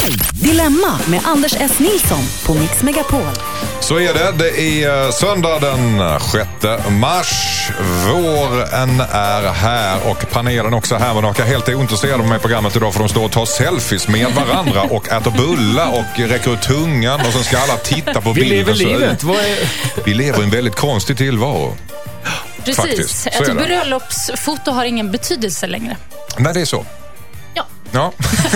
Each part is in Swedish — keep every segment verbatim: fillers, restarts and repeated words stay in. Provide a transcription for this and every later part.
Dilemma med Anders S. Nilsson på Mix Megapol. Så är det. Det är söndag den sjätte mars. Våren är här och panelen också här. Men de är helt ointresserade av mig i programmet idag för de står och tar selfies med varandra och äter bullar och räcker ut tungan och sen ska alla titta på bilden. Vi lever livet. Vad är... Vi lever i en väldigt konstig tillvaro. Precis. Ett bröllopsfoto har ingen betydelse längre. Nej, det är så. Ja. Ja.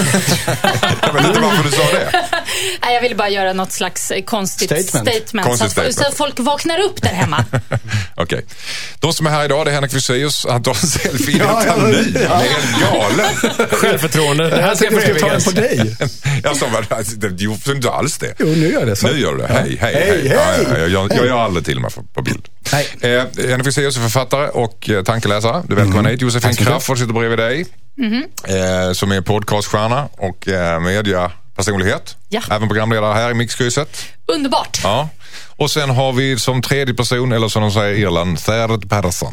Jag vet inte varför du sa det. Nej, jag vill bara göra något slags konstigt statement, statement, konstigt så, att, statement. så att folk vaknar upp där hemma. Okej. Okay. De som är här idag, det är Henrik Fexeus. Han tar en selfie ja, ja, ny. Ja. Han är helt galen. Självförtroende. Det här ska jag ta den på dig. Jag sa, det gjorde inte alls det. Jo, nu gör det så. Nu gör det. Hej, hej, hej. hej. hej. Ja, jag, jag, jag gör aldrig till mig på bild. Eh, Henrik Fexeus är författare och tankeläsare. Du är välkommen mm. hit. Josefin Crafoord sitter bredvid dig. Mm-hmm. Eh, som är podcaststjärna och eh, mediapersonlighet. Ja. Även programledare här i Mixkrysset. Underbart. Ja. Och sen har vi som tredje person, eller som de säger i Irland, third person.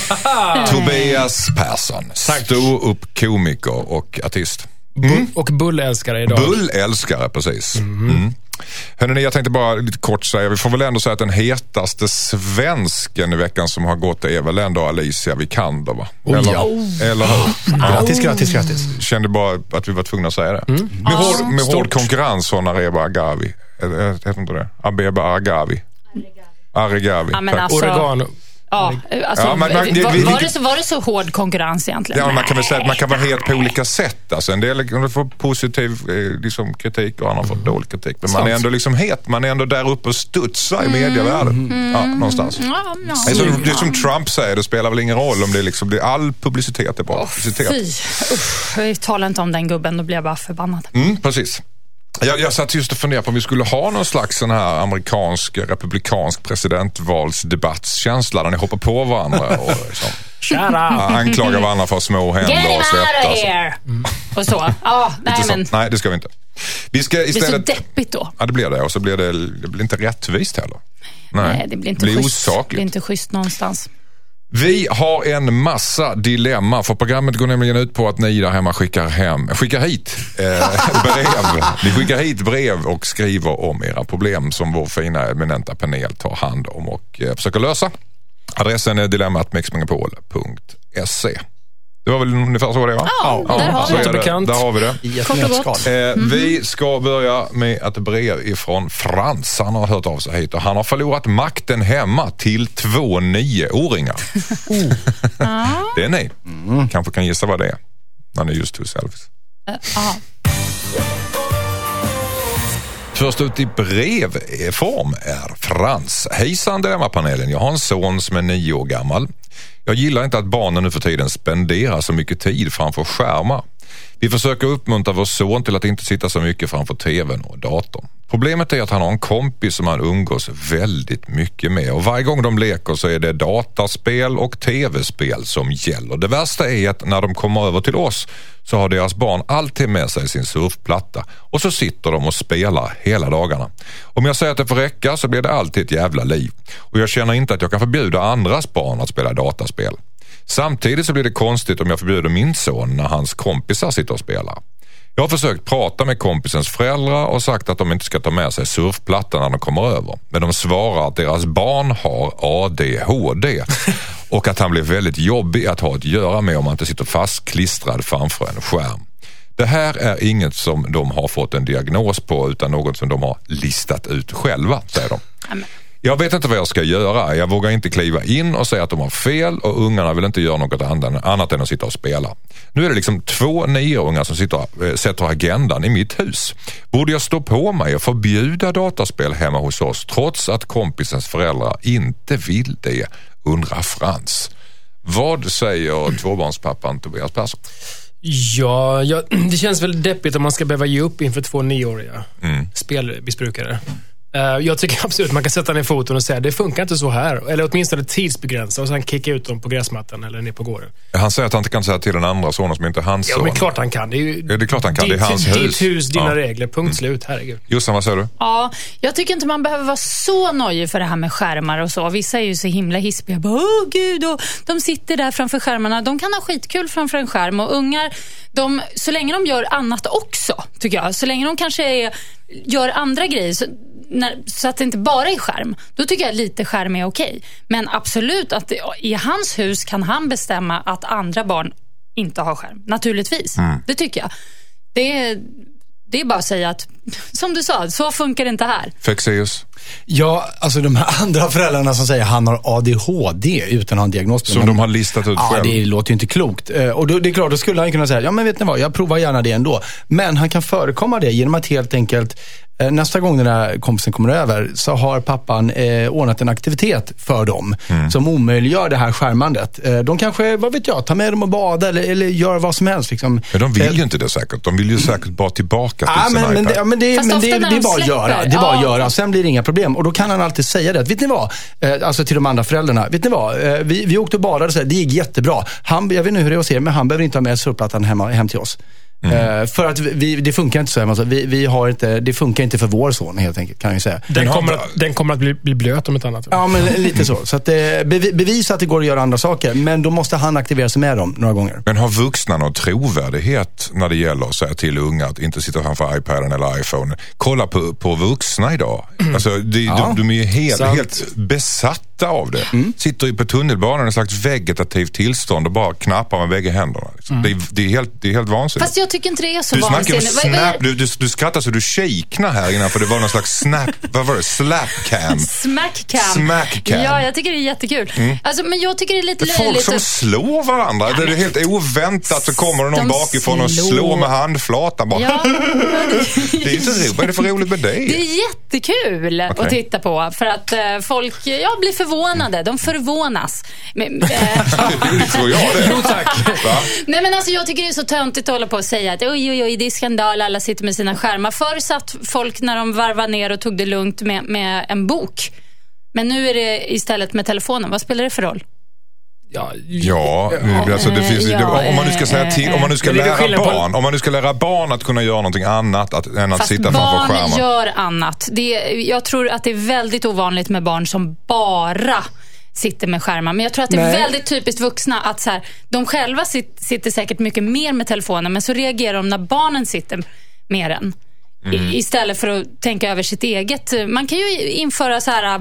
Tobias Persson. Stå upp komiker och artist. Mm. Och bullälskare idag. Bullälskare, precis. Mm. Mm. Hörrni, jag tänkte bara lite kort säga, vi får väl ändå säga att den hetaste svensken i veckan som har gått är väl ändå Alicia Vikander, va? Oh, eller, ja. eller hur? Ja. Grattis, grattis, grattis. Kände bara att vi var tvungna att säga det. Mm. Med, ah, hård, med hård konkurrens från Areba Agavi. Jag heter inte det? Abeba Agavi. Arigavi. Ja, men alltså... Oregano. Ja, alltså, ja, men, man, det, var, vi, var, det så, var det så hård konkurrens egentligen? Ja, man kan väl säga att man kan vara helt på olika sätt. Alltså, en del får positiv eh, liksom, kritik och andra får mm. dålig kritik. Men man är ändå liksom het, man är ändå där uppe och studsar i medievärlden. Mm. Ja, någonstans. Mm. Ja, ja. Det, är som, det är som Trump säger, det spelar väl ingen roll om det är, liksom, det är all publicitet är bra oh, publicitet. Fy. Uff, jag talar inte om den gubben, då blir jag bara förbannad. Mm, precis. Jag, jag satt just och funderade på om vi skulle ha någon slags sån här amerikansk, republikansk presidentvalsdebattskänsla där ni hoppar på varandra och liksom, anklagar varandra för små händer och svettas. Mm. Och så. Ja, nej, men... Nej, det ska vi inte. Vi ska istället... Det blir så deppigt då. Ja, det blir det. Och så blir det, det blir inte rättvist heller. Nej, nej det blir inte blir schysst. Det blir inte schysst någonstans. Vi har en massa dilemma, för programmet går nämligen ut på att ni där hemma skickar hem, skickar hit eh, brev. Ni skickar hit brev och skriver om era problem som vår fina eminenta panel tar hand om och eh, försöker lösa. Adressen är dilemma at mixmegapol punkt se. Det var väl ungefär så det var? Ja, ja, där, har så det. Bekant. där har vi det. Kort och gott. Eh, mm-hmm. Vi ska börja med ett brev ifrån Frans. Han har hört av sig hit och han har förlorat makten hemma till två nioåringar. oh. Det är ni. Mm. Kanske kan gissa vad det är när ni just tog selfies. Uh, uh. Först ut i brevform är Frans. Hejsan Dilemma-panelen. Jag har en son som är nio år gammal. Jag gillar inte att barnen nu för tiden spenderar så mycket tid framför skärmar. Vi försöker uppmuntra vår son till att inte sitta så mycket framför tvn och datorn. Problemet är att han har en kompis som han umgås väldigt mycket med. Och varje gång de leker så är det dataspel och tv-spel som gäller. Det värsta är att när de kommer över till oss så har deras barn alltid med sig sin surfplatta. Och så sitter de och spelar hela dagarna. Om jag säger att det får räcka så blir det alltid ett jävla liv. Och jag känner inte att jag kan förbjuda andras barn att spela dataspel. Samtidigt så blir det konstigt om jag förbjuder min son när hans kompisar sitter och spelar. Jag har försökt prata med kompisens föräldrar och sagt att de inte ska ta med sig surfplattan när de kommer över. Men de svarar att deras barn har A D H D och att han blir väldigt jobbig att ha att göra med om man inte sitter fastklistrad framför en skärm. Det här är inget som de har fått en diagnos på utan något som de har listat ut själva, säger de. Amen. Jag vet inte vad jag ska göra. Jag vågar inte kliva in och säga att de har fel och ungarna vill inte göra något annat än att sitta och spela. Nu är det liksom två nioåringar som sitter, sätter agendan i mitt hus. Borde jag stå på mig och förbjuda dataspel hemma hos oss trots att kompisens föräldrar inte vill det, undrar Frans. Vad säger tvåbarnspappan Tobias Persson? Ja, ja, det känns väl deppigt om man ska behöva ge upp inför två nioåriga mm. spelmissbrukare. Jag tycker absolut man kan sätta ner foten och säga det funkar inte så här. Eller åtminstone tidsbegränsa och sen kicka ut dem på gräsmattan eller ner på gården. Han säger att han inte kan säga till den andra sonen som inte är hans son. Ja, men klart han kan. Det är ju ja, det är klart han kan. Ditt, det är hans ditt hus. hus, dina ja. regler. Punkt mm. slut, herregud. Jossan, vad säger du? Ja, jag tycker inte man behöver vara så nöjd för det här med skärmar och så. Vissa är ju så himla hispiga. Åh gud, och de sitter där framför skärmarna. De kan ha skitkul framför en skärm. Och ungar, de, så länge de gör annat också, tycker jag. Så länge de kanske är, gör andra grejer så, när, så att det inte bara är skärm, då tycker jag lite skärm är okej. Men absolut att det, i hans hus kan han bestämma att andra barn inte har skärm. Naturligtvis, mm. det tycker jag. Det är, det är bara att säga att, som du sa, så funkar det inte här. Fexeus. Ja, alltså de här andra föräldrarna som säger han har A D H D utan att ha en diagnos. Som de har listat ut ja, själv. Ja, det låter ju inte klokt. Och då, det är klart, då skulle han kunna säga, ja men vet ni vad, jag provar gärna det ändå. Men han kan förekomma det genom att helt enkelt nästa gång den här kompisen kommer över så har pappan eh, ordnat en aktivitet för dem mm. som omöjliggör det här skärmandet. Eh, de kanske, vad vet jag, tar med dem och bada eller, eller gör vad som helst. Liksom. Men de vill ju inte det säkert. De vill ju säkert bara tillbaka till ja, sin men, men, det, men, det, men det, det, det är bara att göra. Det är bara att göra. Sen blir det inga problem. Och då kan han alltid säga det. Vet ni vad? Eh, alltså till de andra föräldrarna. Vet ni vad? Eh, vi, vi åkte och badade och så här, det gick jättebra. Han, jag vet inte hur det är att se, men han behöver inte ha med surfplattan hemma, hem till oss. Mm. Uh, för att vi, det funkar inte så här. Alltså, vi, vi har inte, det funkar inte för vår son helt enkelt, kan jag säga. Den kommer att, den kommer att bli, bli blöt om ett annat. Ja, men lite så. Så att det bevisa att det går att göra andra saker, men då måste han aktivera sig med dem några gånger. Men har vuxna någon trovärdighet när det gäller att säga till unga att inte sitta framför iPaden eller iPhone? Kolla på, på vuxna idag. Mm. Alltså, de, ja, de, de är ju helt, helt besatta av det. Mm. Sitter ju på tunnelbanan i en slags vegetativt tillstånd och bara knappar med bägge händerna. Liksom. Mm. Det, det, är helt, det är helt vansinnigt. Fast jag tycker inte det är så du vansinnigt. Snap, du, du, du skrattar så du kiknar här innan för det var någon slags snap, vad var det? Slapcam. Smackcam. Smackcam. Ja, jag tycker det är jättekul. Mm. Alltså, men jag tycker det är lite löjligt. Folk som slår varandra. Ja, det är helt oväntat så kommer det någon bakifrån och slår med handflatan bara. Ja, det, det är inte roligt. Vad är det för roligt med det? Det är jättekul okay. att titta på för att uh, folk ja, blir förvånade. De förvånas. Men, uh, det tror jag det. Jo, tack. Nej, men alltså jag tycker det är så töntigt att hålla på och säga att oj, oj, oj, det är skandal, alla sitter med sina skärmar. Förr satt folk när de varvade ner och tog det lugnt med, med en bok. Men nu är det istället med telefonen. Vad spelar det för roll? Ja, ja, alltså det finns, ja, det, om man nu ska säga till, om man nu ska lära barn, om man nu ska lära barn att kunna göra någonting annat att, än att sitta framför skärmen. Barn gör annat. Det, jag tror att det är väldigt ovanligt med barn som bara sitter med skärmar. Men jag tror att det är Nej. väldigt typiskt vuxna att så här, de själva sit, sitter säkert mycket mer med telefonen, men så reagerar de när barnen sitter med den. Mm. I, istället för att tänka över sitt eget. Man kan ju införa så här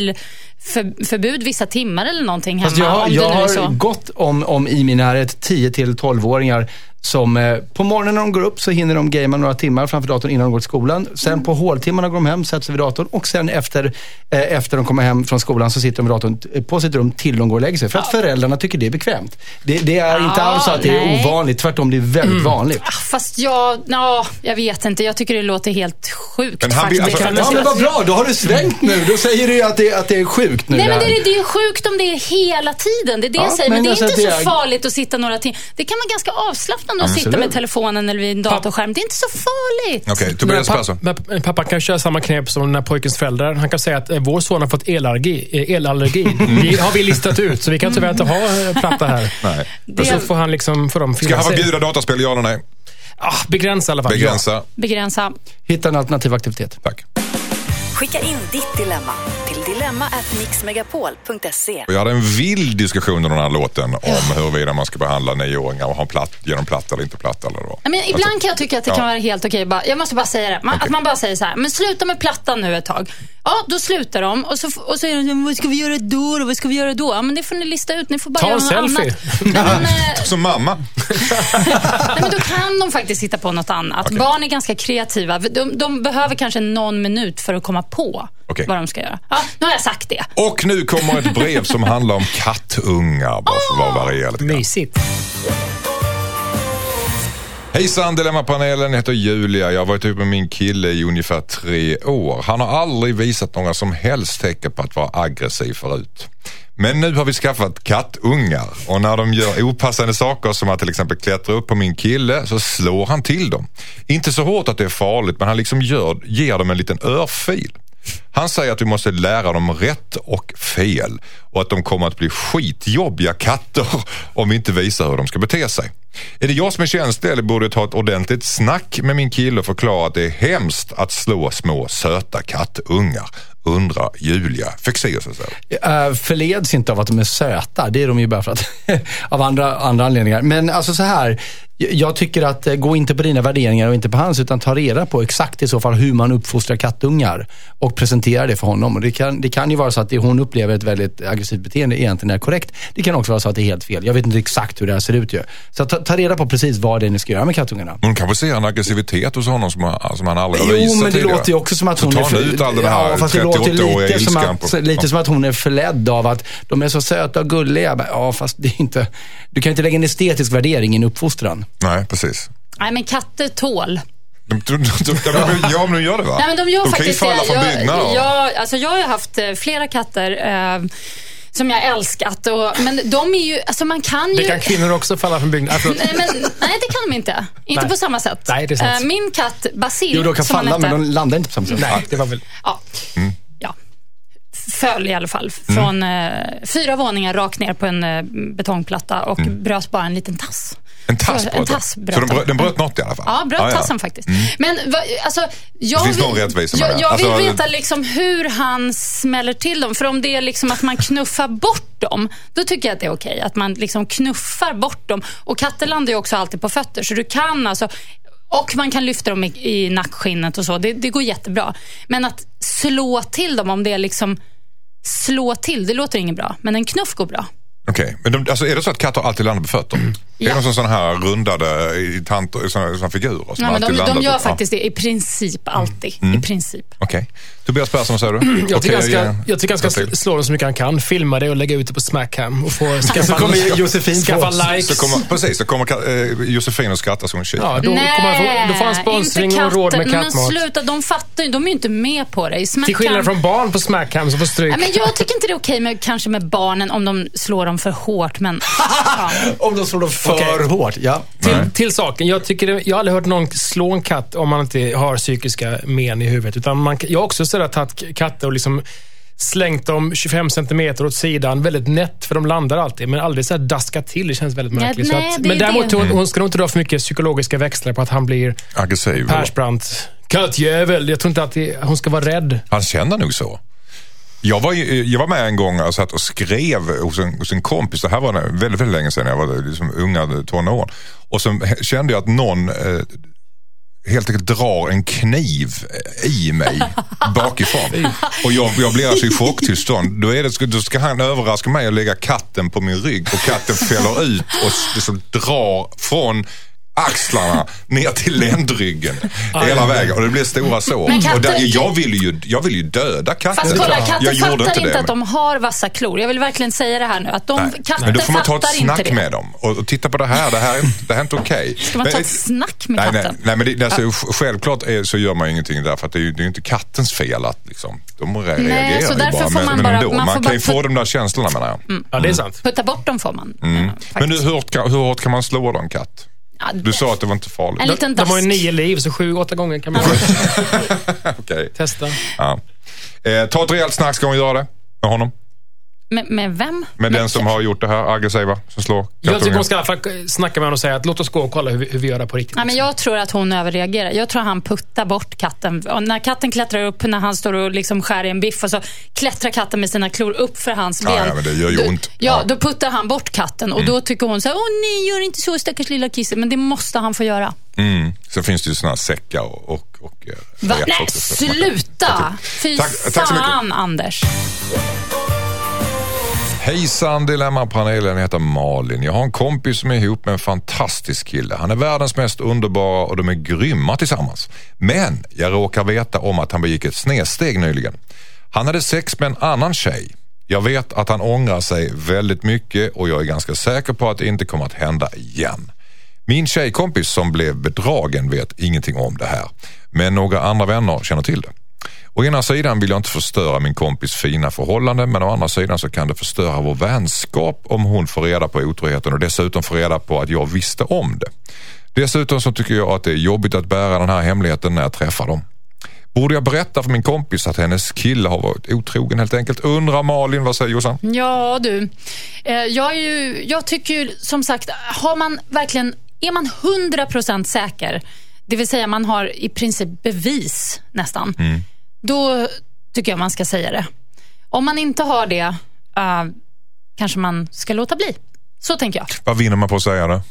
mobilförbud vissa timmar eller någonting hemma. Fast jag, om jag det nu är så. har gått om, om i min närhet tio till tolv-åringar som eh, på morgonen när de går upp så hinner de gamea några timmar framför datorn innan de går till skolan. Sen mm. på håltimmarna går de hem, sätter sig vid datorn och sen efter, eh, efter de kommer hem från skolan så sitter de vid datorn på sitt rum till de går och lägger sig. För att ja. föräldrarna tycker det är bekvämt. Det, det är ja, inte alls så att det nej. är ovanligt, tvärtom det är väldigt mm. vanligt. Fast jag, ja, jag vet inte, jag tycker det låter helt sjukt men faktiskt. Alltså, ja men vad bra, då har du svängt nu. Då säger du att det, att det är sjukt nu. Nej men det är, det är sjukt om det är hela tiden. Det är det ja, jag säger, men, men det är inte så är... farligt att sitta några timmar. Det kan vara ganska avslappnande att sitta med telefonen eller vid en datorskärm. Det är inte så farligt. Okej, okay, Tobias Persson. Pappa, pappa kan köra samma knep som den här pojkens föräldrar. Han kan säga att eh, vår son har fått elallergi. Eh, elallergi. Mm. Det har vi listat ut, så vi kan tyvärr inte ha eh, platta här. Nej. Det... Så får han liksom, får de finna Ska han förbjuda dataspel, ja eller nej? Ah, begränsa i alla fall. Begränsa. Ja. Begränsa. Hitta en alternativ aktivitet. Tack. Skicka in ditt dilemma till dilemma at mixmegapol punkt se. Jag hade en vild diskussion under den här låten om ja. huruvida man ska behandla nioåringar och ha platt, genom platta eller inte platta. Eller vad. Men ibland alltså, kan jag tycka att det ja. kan vara helt okej. Bara, jag måste bara säga det. Man, okay. Att man bara säger så här, men sluta med plattan nu ett tag. Ja, då slutar de. Och så, och så säger de, vad ska vi göra då? Och vad ska vi göra då? Ja, men det får ni lista ut. Ni får bara ta göra en något selfie. Annat. Men, äh, som mamma. Nej, men då kan de faktiskt hitta på något annat. Okay. Barn är ganska kreativa. De, de behöver kanske någon minut för att komma på okay. vad de ska göra. Ja, nu har jag sagt det. Och nu kommer ett brev som handlar om kattungar. Bara för att vara rejält. Mysigt. Hejsan, Dilemmapanelen, jag heter Julia. Jag har varit ute med min kille i ungefär tre år. Han har aldrig visat några som helst tecken på att vara aggressiv förut. Men nu har vi skaffat kattungar och när de gör opassande saker som att till exempel klättra upp på min kille så slår han till dem. Inte så hårt att det är farligt, men han liksom gör, ger dem en liten örfil. Han säger att vi måste lära dem rätt och fel och att de kommer att bli skitjobbiga katter om vi inte visar hur de ska bete sig. Är det jag som är känslig eller borde jag ta ett ordentligt snack med min kille och förklara att det är hemskt att slå små söta kattungar? Undrar Julia Fexeus. Uh, förleds inte av att de är söta. Det är de ju bara för att av andra, andra anledningar. Men alltså så här, jag tycker att uh, gå inte på dina värderingar och inte på hans, utan ta reda på exakt i så fall hur man uppfostrar kattungar och presentera det för honom. Och det kan, det kan ju vara så att det hon upplever ett väldigt aggressivt beteende egentligen är korrekt. Det kan också vara så att det är helt fel. Jag vet inte exakt hur det här ser ut ju. Så ta, ta reda på precis vad det är ni ska göra med kattungarna. Hon kan väl se en aggressivitet hos honom som, han, som han aldrig har visat tidigare. Jo, men det tidigare. Låter ju också som att hon så är för, ut all den här ja, fast det låter lite, som att, på, lite ja. som att hon är förledd av att de är så söta och gulliga. Ja, fast det är inte, du kan inte lägga en estetisk värdering i en uppfostran. Nej, precis. Nej, men katter tål. De, de, de, de, de, ja, men de gör det va? Nej, men de gör de faktiskt kan ju falla det. från byggnader. Jag, jag, alltså jag har haft flera katter eh, som jag älskat. Och, men de är ju, alltså man kan ju... Det kan kvinnor också falla från byggnader. nej, men, nej, det kan de inte. Inte nej. på samma sätt. Nej, det är sant. Eh, min katt, Basil, jo, de kan som falla, men de landar inte på samma sätt. Nej, det var väl... Ja. Mm. ja. Föll i alla fall. Från mm. eh, fyra våningar rakt ner på en eh, betongplatta och mm. bröt bara en liten tass. En tass så, bröt en tass bröt Så den bröt, den bröt något i alla fall? Ja, bröt ah, tassen ja. faktiskt. Mm. Men va, alltså, jag det finns vill, någon rättvisa jag, med det. jag alltså, vill veta liksom hur han smäller till dem. För om det är liksom att man knuffar bort dem, då tycker jag att det är okej. Att man liksom knuffar bort dem. Och katter landar ju också alltid på fötter. Så du kan alltså... Och man kan lyfta dem i, i nackskinnet och så. Det, det går jättebra. Men att slå till dem, om det är liksom... Slå till, det låter inget bra. Men en knuff går bra. Okej, okay. Men de, alltså är det så att katter alltid landar på fötter? Mm. Ja. Är de sådana här rundade i tanter, såna, såna figurer som ja, men alltid de, de gör på, faktiskt ja. det i princip alltid. Mm. I princip. Okej. Okay. Tobias Persson, vad säger du? Jag tycker okay, han ska, jag tycker han ska slå dem så mycket han kan. Filma det och lägga ut det på Smackham. Och få skaffa, så kommer Josefin skaffa likes. Så kommer, precis, så kommer äh, Josefin att skratta som en tjej. Ja, då, Nej, kommer han få, då får han sponsring och råd med kattmat. Men sluta, de fattar ju. De är ju inte med på det. I Smackham, till skillnad från barn på Smackham som får stryk. Nej, men jag tycker inte det är okej med, kanske med barnen om de slår dem för hårt. Men, ja. Om de slår dem för okay. hårt, ja. Till, till saken, jag, tycker det, jag har aldrig hört någon slå en katt om man inte har psykiska men i huvudet. Utan man, jag har också sådär tagit katter och liksom slängt dem tjugofem centimeter åt sidan. Väldigt nätt, för de landar alltid. Men aldrig så här daska till, det känns väldigt märkligt. Ja, nej, att, men däremot det. Hon, hon ska nog inte dra för mycket psykologiska växlar på att han blir aggressiv. Persbrandt. Kattjävel, jag tror inte att det, hon ska vara rädd. Han känner nog så. Jag var, jag var med en gång och satt och skrev hos en, hos en kompis. Det här var väldigt, väldigt länge sedan. Jag var liksom unga tonår. Och så kände jag att någon eh, helt enkelt drar en kniv i mig bakifrån. Och jag, jag blir alltså i chocktillstånd. Då, är det, då ska han överraska mig och lägga katten på min rygg. Och katten fäller ut och liksom drar från axlarna ner till ländryggen hela vägen, och det blir stora sår. Katten, och där, jag, vill ju, jag vill ju döda katten. Fast kolla, katten jag fattar inte, inte det, att de har vassa klor. Jag vill verkligen säga det här nu, att de, nej, katter men då får man ta ett snack det. med dem och, och titta på det här, det här är, det här är inte okej. Okay. Ska man ta ett snack med nej, katten? Nej, nej men det, alltså, självklart är, så gör man ingenting där, för att det är ju det är inte kattens fel att liksom, de reagerar nej, ju bara. Får men, man men bara, ändå, man, man får kan ju få få de där känslorna, menar jag. Mm. Ja, det är sant. Putta bort dem får man. Mm. Ja, men hur hårt, kan, hur hårt kan man slå då en katt? Ja, du sa att det var inte farligt. En liten de, de har ju nio liv, så sju, åtta gånger kan man okay. testa. Ja. Eh, ta ett rejält snack, ska hon göra det med honom? Med, med vem? Med, med den som har gjort det här, aggressiva, som slår. Jag tycker hon ska i alla fall snacka med honom och säga att låt oss gå och kolla hur vi, hur vi gör det på riktigt. Ja, men jag tror att hon överreagerar. Jag tror att han puttar bort katten. Och när katten klättrar upp, när han står och liksom skär i en biff, och så klättrar katten med sina klor upp för hans ben. Ja, ja men det gör ju då, ont. Ja, då puttar han bort katten. Och mm. då tycker hon så här, åh nej, gör inte så, stackars lilla kisse. Men det måste han få göra. Mm. Sen finns det ju såna här säckar och... och, och Va? Nej, sluta! Fy tack, fan, tack så mycket. Anders. Hejsan, Dilemma-panelen, heter Malin. Jag har en kompis som är ihop med en fantastisk kille. Han är världens mest underbara och de är grymma tillsammans. Men jag råkar veta om att han begick ett snedsteg nyligen. Han hade sex med en annan tjej. Jag vet att han ångrar sig väldigt mycket och jag är ganska säker på att det inte kommer att hända igen. Min tjejkompis som blev bedragen vet ingenting om det här. Men några andra vänner känner till det. Å ena sidan vill jag inte förstöra min kompis fina förhållande, men å andra sidan så kan det förstöra vår vänskap om hon får reda på otroheten och dessutom får reda på att jag visste om det. Dessutom så tycker jag att det är jobbigt att bära den här hemligheten när jag träffar dem. Borde jag berätta för min kompis att hennes kille har varit otrogen helt enkelt? Undrar Malin, vad säger Jossan? Ja du, jag, är ju, jag tycker ju som sagt, har man verkligen, är man hundra procent säker, det vill säga man har i princip bevis nästan, mm. då tycker jag man ska säga det. Om man inte har det, uh, kanske man ska låta bli. Så tänker jag. Vad vinner man på att säga det?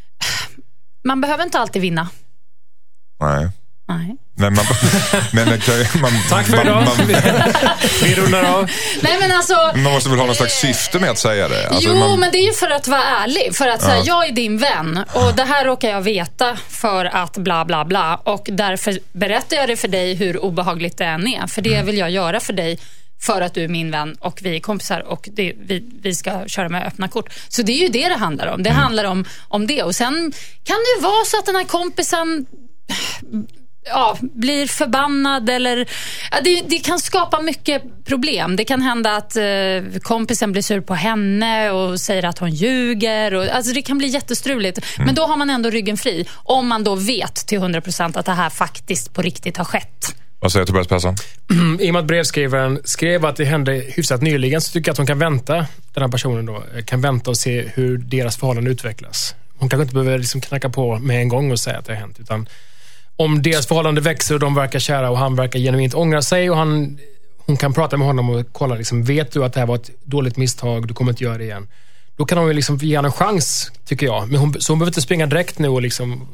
Man behöver inte alltid vinna. Nej. Nej. Men man, men man, Tack för idag. Man, vi rundar av. Nej, men alltså, man måste väl ha någon slags syfte med att säga det. Alltså, jo, man, men det är ju för att vara ärlig. För att säga, ja. jag är din vän. Och det här råkar jag veta för att bla bla bla. Och därför berättar jag det för dig hur obehagligt det än är. För det mm. vill jag göra för dig. För att du är min vän och vi är kompisar och det, vi, vi ska köra med öppna kort. Så det är ju det det handlar om. Det mm. handlar om, om det. Och sen kan det ju vara så att den här kompisen ja, blir förbannad eller ja, det, det kan skapa mycket problem. Det kan hända att eh, kompisen blir sur på henne och säger att hon ljuger och, alltså det kan bli jättestruligt. Mm. Men då har man ändå ryggen fri om man då vet till hundra procent att det här faktiskt på riktigt har skett. Vad säger Tobias Persson? I och med att brevskrivaren skrev att det hände hyfsat nyligen, så tycker jag att hon kan vänta, den här personen då, kan vänta och se hur deras förhållande utvecklas. Hon kanske inte behöver liksom knacka på med en gång och säga att det har hänt, utan om deras förhållande växer och de verkar kära och han verkar genuint ångra sig och han, hon kan prata med honom och kolla, liksom, vet du att det här var ett dåligt misstag, du kommer inte göra det igen. Då kan hon ju liksom ge henne en chans, tycker jag. Men hon, så hon behöver inte springa direkt nu och liksom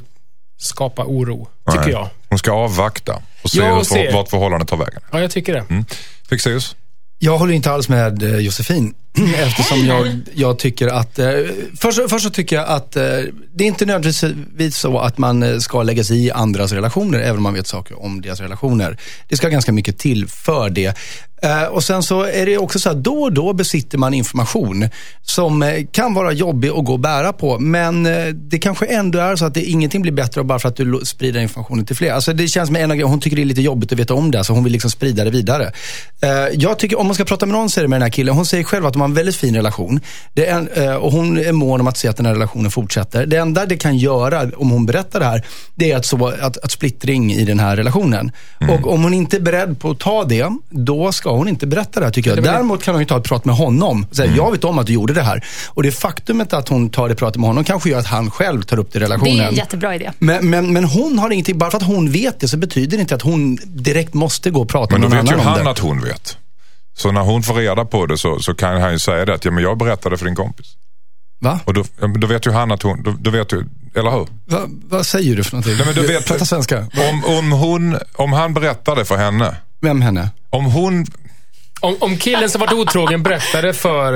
skapa oro, tycker Nej. jag. Hon ska avvakta och se, ja, och hur, se. vart förhållandet tar vägen. Ja, jag tycker det. Mm. Fixeus? Jag håller inte alls med eh, Josefin eftersom jag, jag tycker att eh, först, först så tycker jag att eh, det är inte nödvändigtvis så att man eh, ska lägga sig i andras relationer även om man vet saker om deras relationer. Det ska ganska mycket till för det. Eh, och sen så är det också så att då och då besitter man information som eh, kan vara jobbig att gå och bära på, men eh, det kanske ändå är så att det, ingenting blir bättre bara för att du sprider informationen till fler. Alltså det känns med en av, hon tycker det är lite jobbigt att veta om det, så hon vill liksom sprida det vidare. Eh, jag tycker, om man ska prata med någon, så är det med den här killen. Hon säger själv att de har en väldigt fin relation. Det är en, eh, och hon är mån om att se att den här relationen fortsätter. Det enda det kan göra, om hon berättar det här, det är att, så, att, att splittring i den här relationen. Mm. Och om hon inte är beredd på att ta det, då ska hon inte berätta det här, tycker jag. Däremot kan hon ju ta ett prat med honom. Säga, mm. jag vet om att du gjorde det här. Och det faktumet att hon tar det pratet med honom kanske gör att han själv tar upp det i relationen. Det är en jättebra idé. Men, men, men hon har ingenting, bara för att hon vet det så betyder det inte att hon direkt måste gå och prata med någon annan om det. Men då vet ju han att hon vet. Så när hon får reda på det så, så kan han ju säga det att ja, men jag berättade för din kompis. Va? Och då, då vet ju han att hon, då, då vet du, eller hur? Va, vad säger du för någonting? Nej, men du vet, prata svenska. Om, om, hon, om han berättade för henne. Vem henne? Om hon... Om, om killen som varit otrogen berättade för...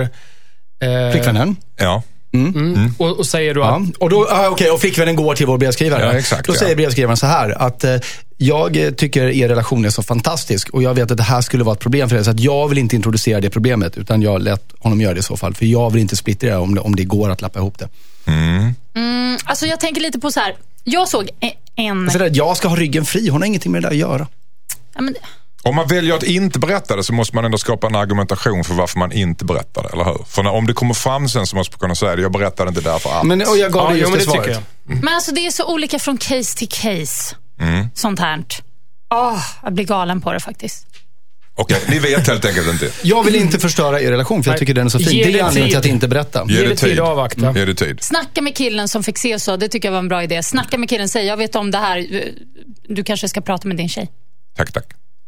Eh, flickvännen? Ja. Mm. Mm. Och, och säger du att... Ja. Och, då, ah, okay, och flickvännen går till vår brevskrivare. Ja, exakt, då ja. säger brevskrivaren så här att eh, jag tycker er relation är så fantastisk och jag vet att det här skulle vara ett problem för er, så att jag vill inte introducera det problemet, utan jag lät honom göra det i så fall, för jag vill inte splittra om det, om det går att lappa ihop det. Mm. Mm, alltså jag tänker lite på så här. Jag såg en... Alltså det, jag ska ha ryggen fri, hon har ingenting med det där att göra. Ja, men... Om man väljer att inte berätta det så måste man ändå skapa en argumentation för varför man inte berättar det, eller hur? För när, om det kommer fram sen så måste man kunna säga det, jag berättade inte därför allt. Men, och jag gav ja, det just jo, det det svaret. tycker jag. Mm. Men alltså det är så olika från case till case. Mm. Sånt här. Åh, jag blir galen på det faktiskt. Okej, okay, ni vet helt enkelt inte. Jag vill inte förstöra er relation för jag tycker den är så fin. Ge det är det anledningen till att tid. inte berätta. Ge det tid att avvakta. Mm. Ge det tid. Snacka med killen som fick se så, det tycker jag var en bra idé. Snacka med killen, säg jag vet om det här. Du kanske ska prata med din tjej. Tack, tack.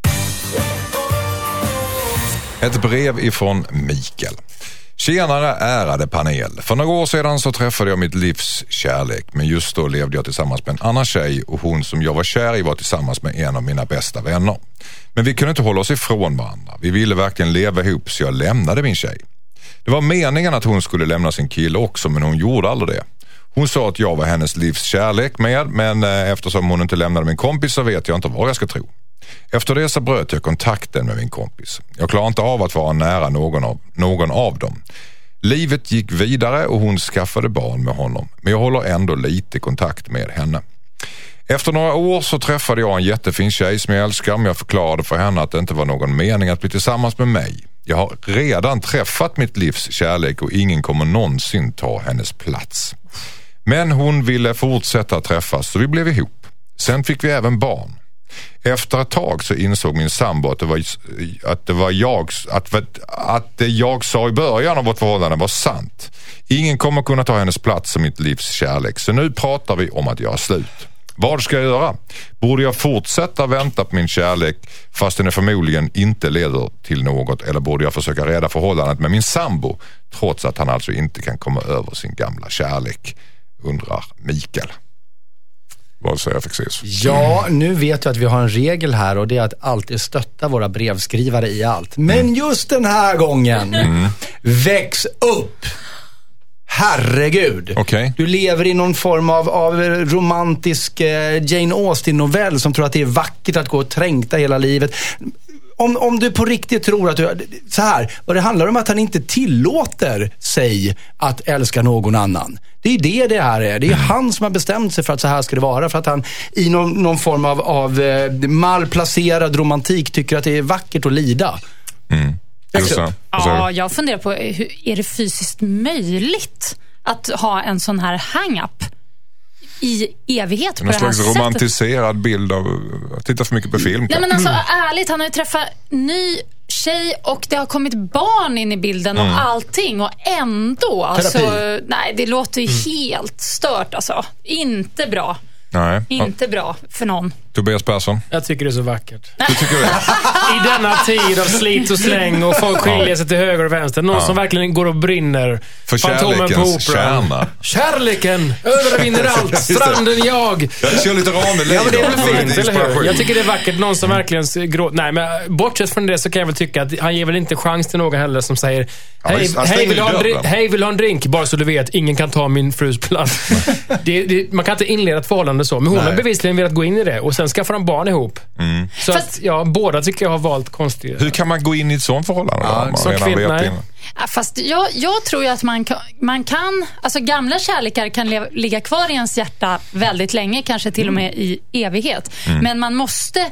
Ett brev ifrån Mikael. Tjenare ärade panel. För några år sedan så träffade jag mitt livs kärlek, men just då levde jag tillsammans med en annan tjej och hon som jag var kär i var tillsammans med en av mina bästa vänner. Men vi kunde inte hålla oss ifrån varandra. Vi ville verkligen leva ihop, så jag lämnade min tjej. Det var meningen att hon skulle lämna sin kille också, men hon gjorde aldrig det. Hon sa att jag var hennes livs kärlek med, men eftersom hon inte lämnade min kompis så vet jag inte vad jag ska tro. Efter det så bröt jag kontakten med min kompis. Jag klarade inte av att vara nära någon av, någon av dem. Livet gick vidare och hon skaffade barn med honom. Men jag håller ändå lite kontakt med henne. Efter några år så träffade jag en jättefin tjej som jag älskar, men jag förklarade för henne att det inte var någon mening att bli tillsammans med mig. Jag har redan träffat mitt livs kärlek och ingen kommer någonsin ta hennes plats. Men hon ville fortsätta träffas så vi blev ihop. Sen fick vi även barn. Efter ett tag så insåg min sambo att det var, att det var jag att, att det jag sa i början av vårt förhållande var sant. Ingen kommer kunna ta hennes plats som mitt livs kärlek. Så nu pratar vi om att göra slut. Vad ska jag göra? Borde jag fortsätta vänta på min kärlek fast den förmodligen inte leder till något, eller borde jag försöka rädda förhållandet med min sambo trots att han alltså inte kan komma över sin gamla kärlek, undrar Mikael. Vad säger Fexeus? Ja, nu vet jag att vi har en regel här och det är att alltid stötta våra brevskrivare i allt. Men just den här gången, mm. väx upp! Herregud. Okay. Du lever i någon form av, av romantisk eh, Jane Austen-novell som tror att det är vackert att gå och trängta hela livet. Om, om du på riktigt tror att du... Så här, och det handlar om att han inte tillåter sig att älska någon annan. Det är det det här är. Det är mm. han som har bestämt sig för att så här ska det vara. För att han i någon, någon form av, av eh, malplacerad romantik tycker att det är vackert att lida. Mm. Så, ja, jag funderar på, hur, är det fysiskt möjligt att ha en sån här hang-up i evighet på det här sättet? En slags romantiserad bild av att titta för mycket på film. Nej, men alltså ärligt, han har ju träffat ny tjej och det har kommit barn in i bilden och mm. allting, och ändå alltså, nej, det låter ju mm. helt stört alltså. Inte bra. Nej. Inte bra för någon. Tobias Persson? Jag tycker det är så vackert. Du tycker det? I denna tid av slit och släng och folk skiljer sig till höger och vänster. Någon ja. som verkligen går och brinner. För kärlekens kärna. Kärleken övervinner allt. Stranden jag. Jag kör lite Ranelid. Ja, men det är väl fint, eller hur? Jag tycker det är vackert. Någon som verkligen gråter. Nej, men bortsett från det så kan jag väl tycka att han ger väl inte chans till någon heller som säger hej, ja, hej, vill, ha en drink, hej vill ha en drink? Bara så du vet, ingen kan ta min frus plats. det, det, man kan inte inleda ett förhållande så. Men hon Nej. har bevisligen velat gå in i det. Och sen skaffar de barn ihop. Mm. Så Fast, att, ja, båda tycker jag har valt konstigt. Hur kan man gå in i ett sånt förhållande? Ja, man som kvinna. Ja, fast jag, jag tror ju att man kan, man kan, alltså gamla kärlekar kan le, ligga kvar i ens hjärta väldigt länge, kanske till och med i evighet. Mm. Men man måste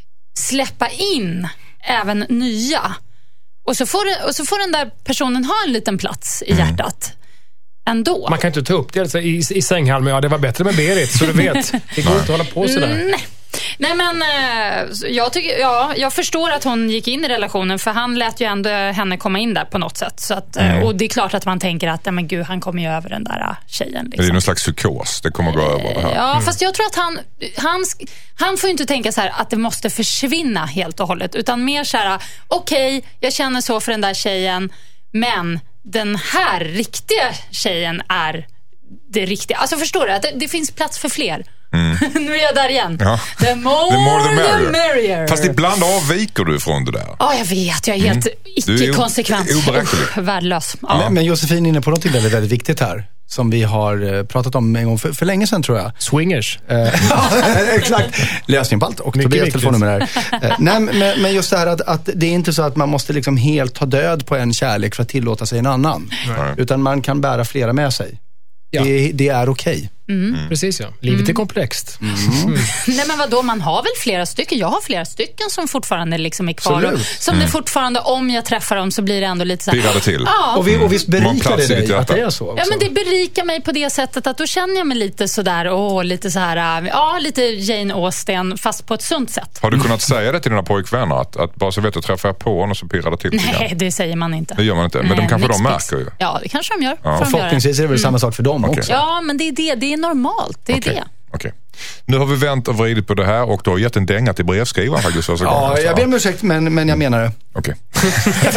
släppa in även nya. Och så får, och så får den där personen ha en liten plats i mm. hjärtat. Ändå. Man kan inte ta upp det alltså, i, i sänghalmen. Ja, det var bättre med Berit, så du vet. Det går inte att hålla på sådär. Mm. Nej, men jag, tycker, ja, jag förstår att hon gick in i relationen, för han lät ju ändå henne komma in där på något sätt. Så att, mm. Och det är klart att man tänker att men gud, han kommer ju över den där tjejen. Liksom. Det är någon slags psykos, det kommer att gå över det här. Ja, mm. fast jag tror att han, han, han får ju inte tänka så här att det måste försvinna helt och hållet. Utan mer så här, okej, okay, jag känner så för den där tjejen, men den här riktiga tjejen är det riktiga. Alltså förstår du, att det, det finns plats för fler. Mm. Nu är jag där igen. Ja. The more the, more the, merrier. the merrier. Fast ibland avviker du från det där. Ja, jag vet. Jag är helt mm. icke-konsekvent. Usch, värdelös. Ja. Men, men Josefin är inne på något väldigt, väldigt viktigt här. Som vi har pratat om en gång för, för länge sedan, tror jag. Swingers. Ja, exakt. Lösning på allt. Och Tobias telefonnummer här. Nej, men, men just det här att, att det är inte så att man måste liksom helt ta död på en kärlek för att tillåta sig en annan. Nej. Utan man kan bära flera med sig. Ja. Det, det är okej. Okay. Mm. Mm. Precis, ja. Livet mm. är komplext. Mm. Mm. Nej, men vadå? Man har väl flera stycken? Jag har flera stycken som fortfarande liksom är kvar. Och, som mm. det fortfarande, om jag träffar dem så blir det ändå lite så här... Pirrade till. Ja. Och, vi, och visst berikar det dig att det är så också. Ja, men det berikar mig på det sättet att då känner jag mig lite sådär, åh, lite så här, ja, lite Jane Austen, fast på ett sunt sätt. Har du kunnat säga det till dina pojkvänner? Att, att bara så vet du, träffar jag på honom så pirrar det till. Nej, igen. Det säger man inte. Det gör man inte, men Nej, de kanske de märker ju. Ja, det kanske de gör. Ja. Och förhoppningsvis är det väl mm. samma sak för dem okay. också. Ja, men det är det, det är normalt, det är okay. det. Okej. Okay. Nu har vi vänt och vridit på det här och du har gett en dänga till brevskrivaren faktiskt. Så ja, jag ber om ursäkt, men, men jag menar det. Okej. Okay.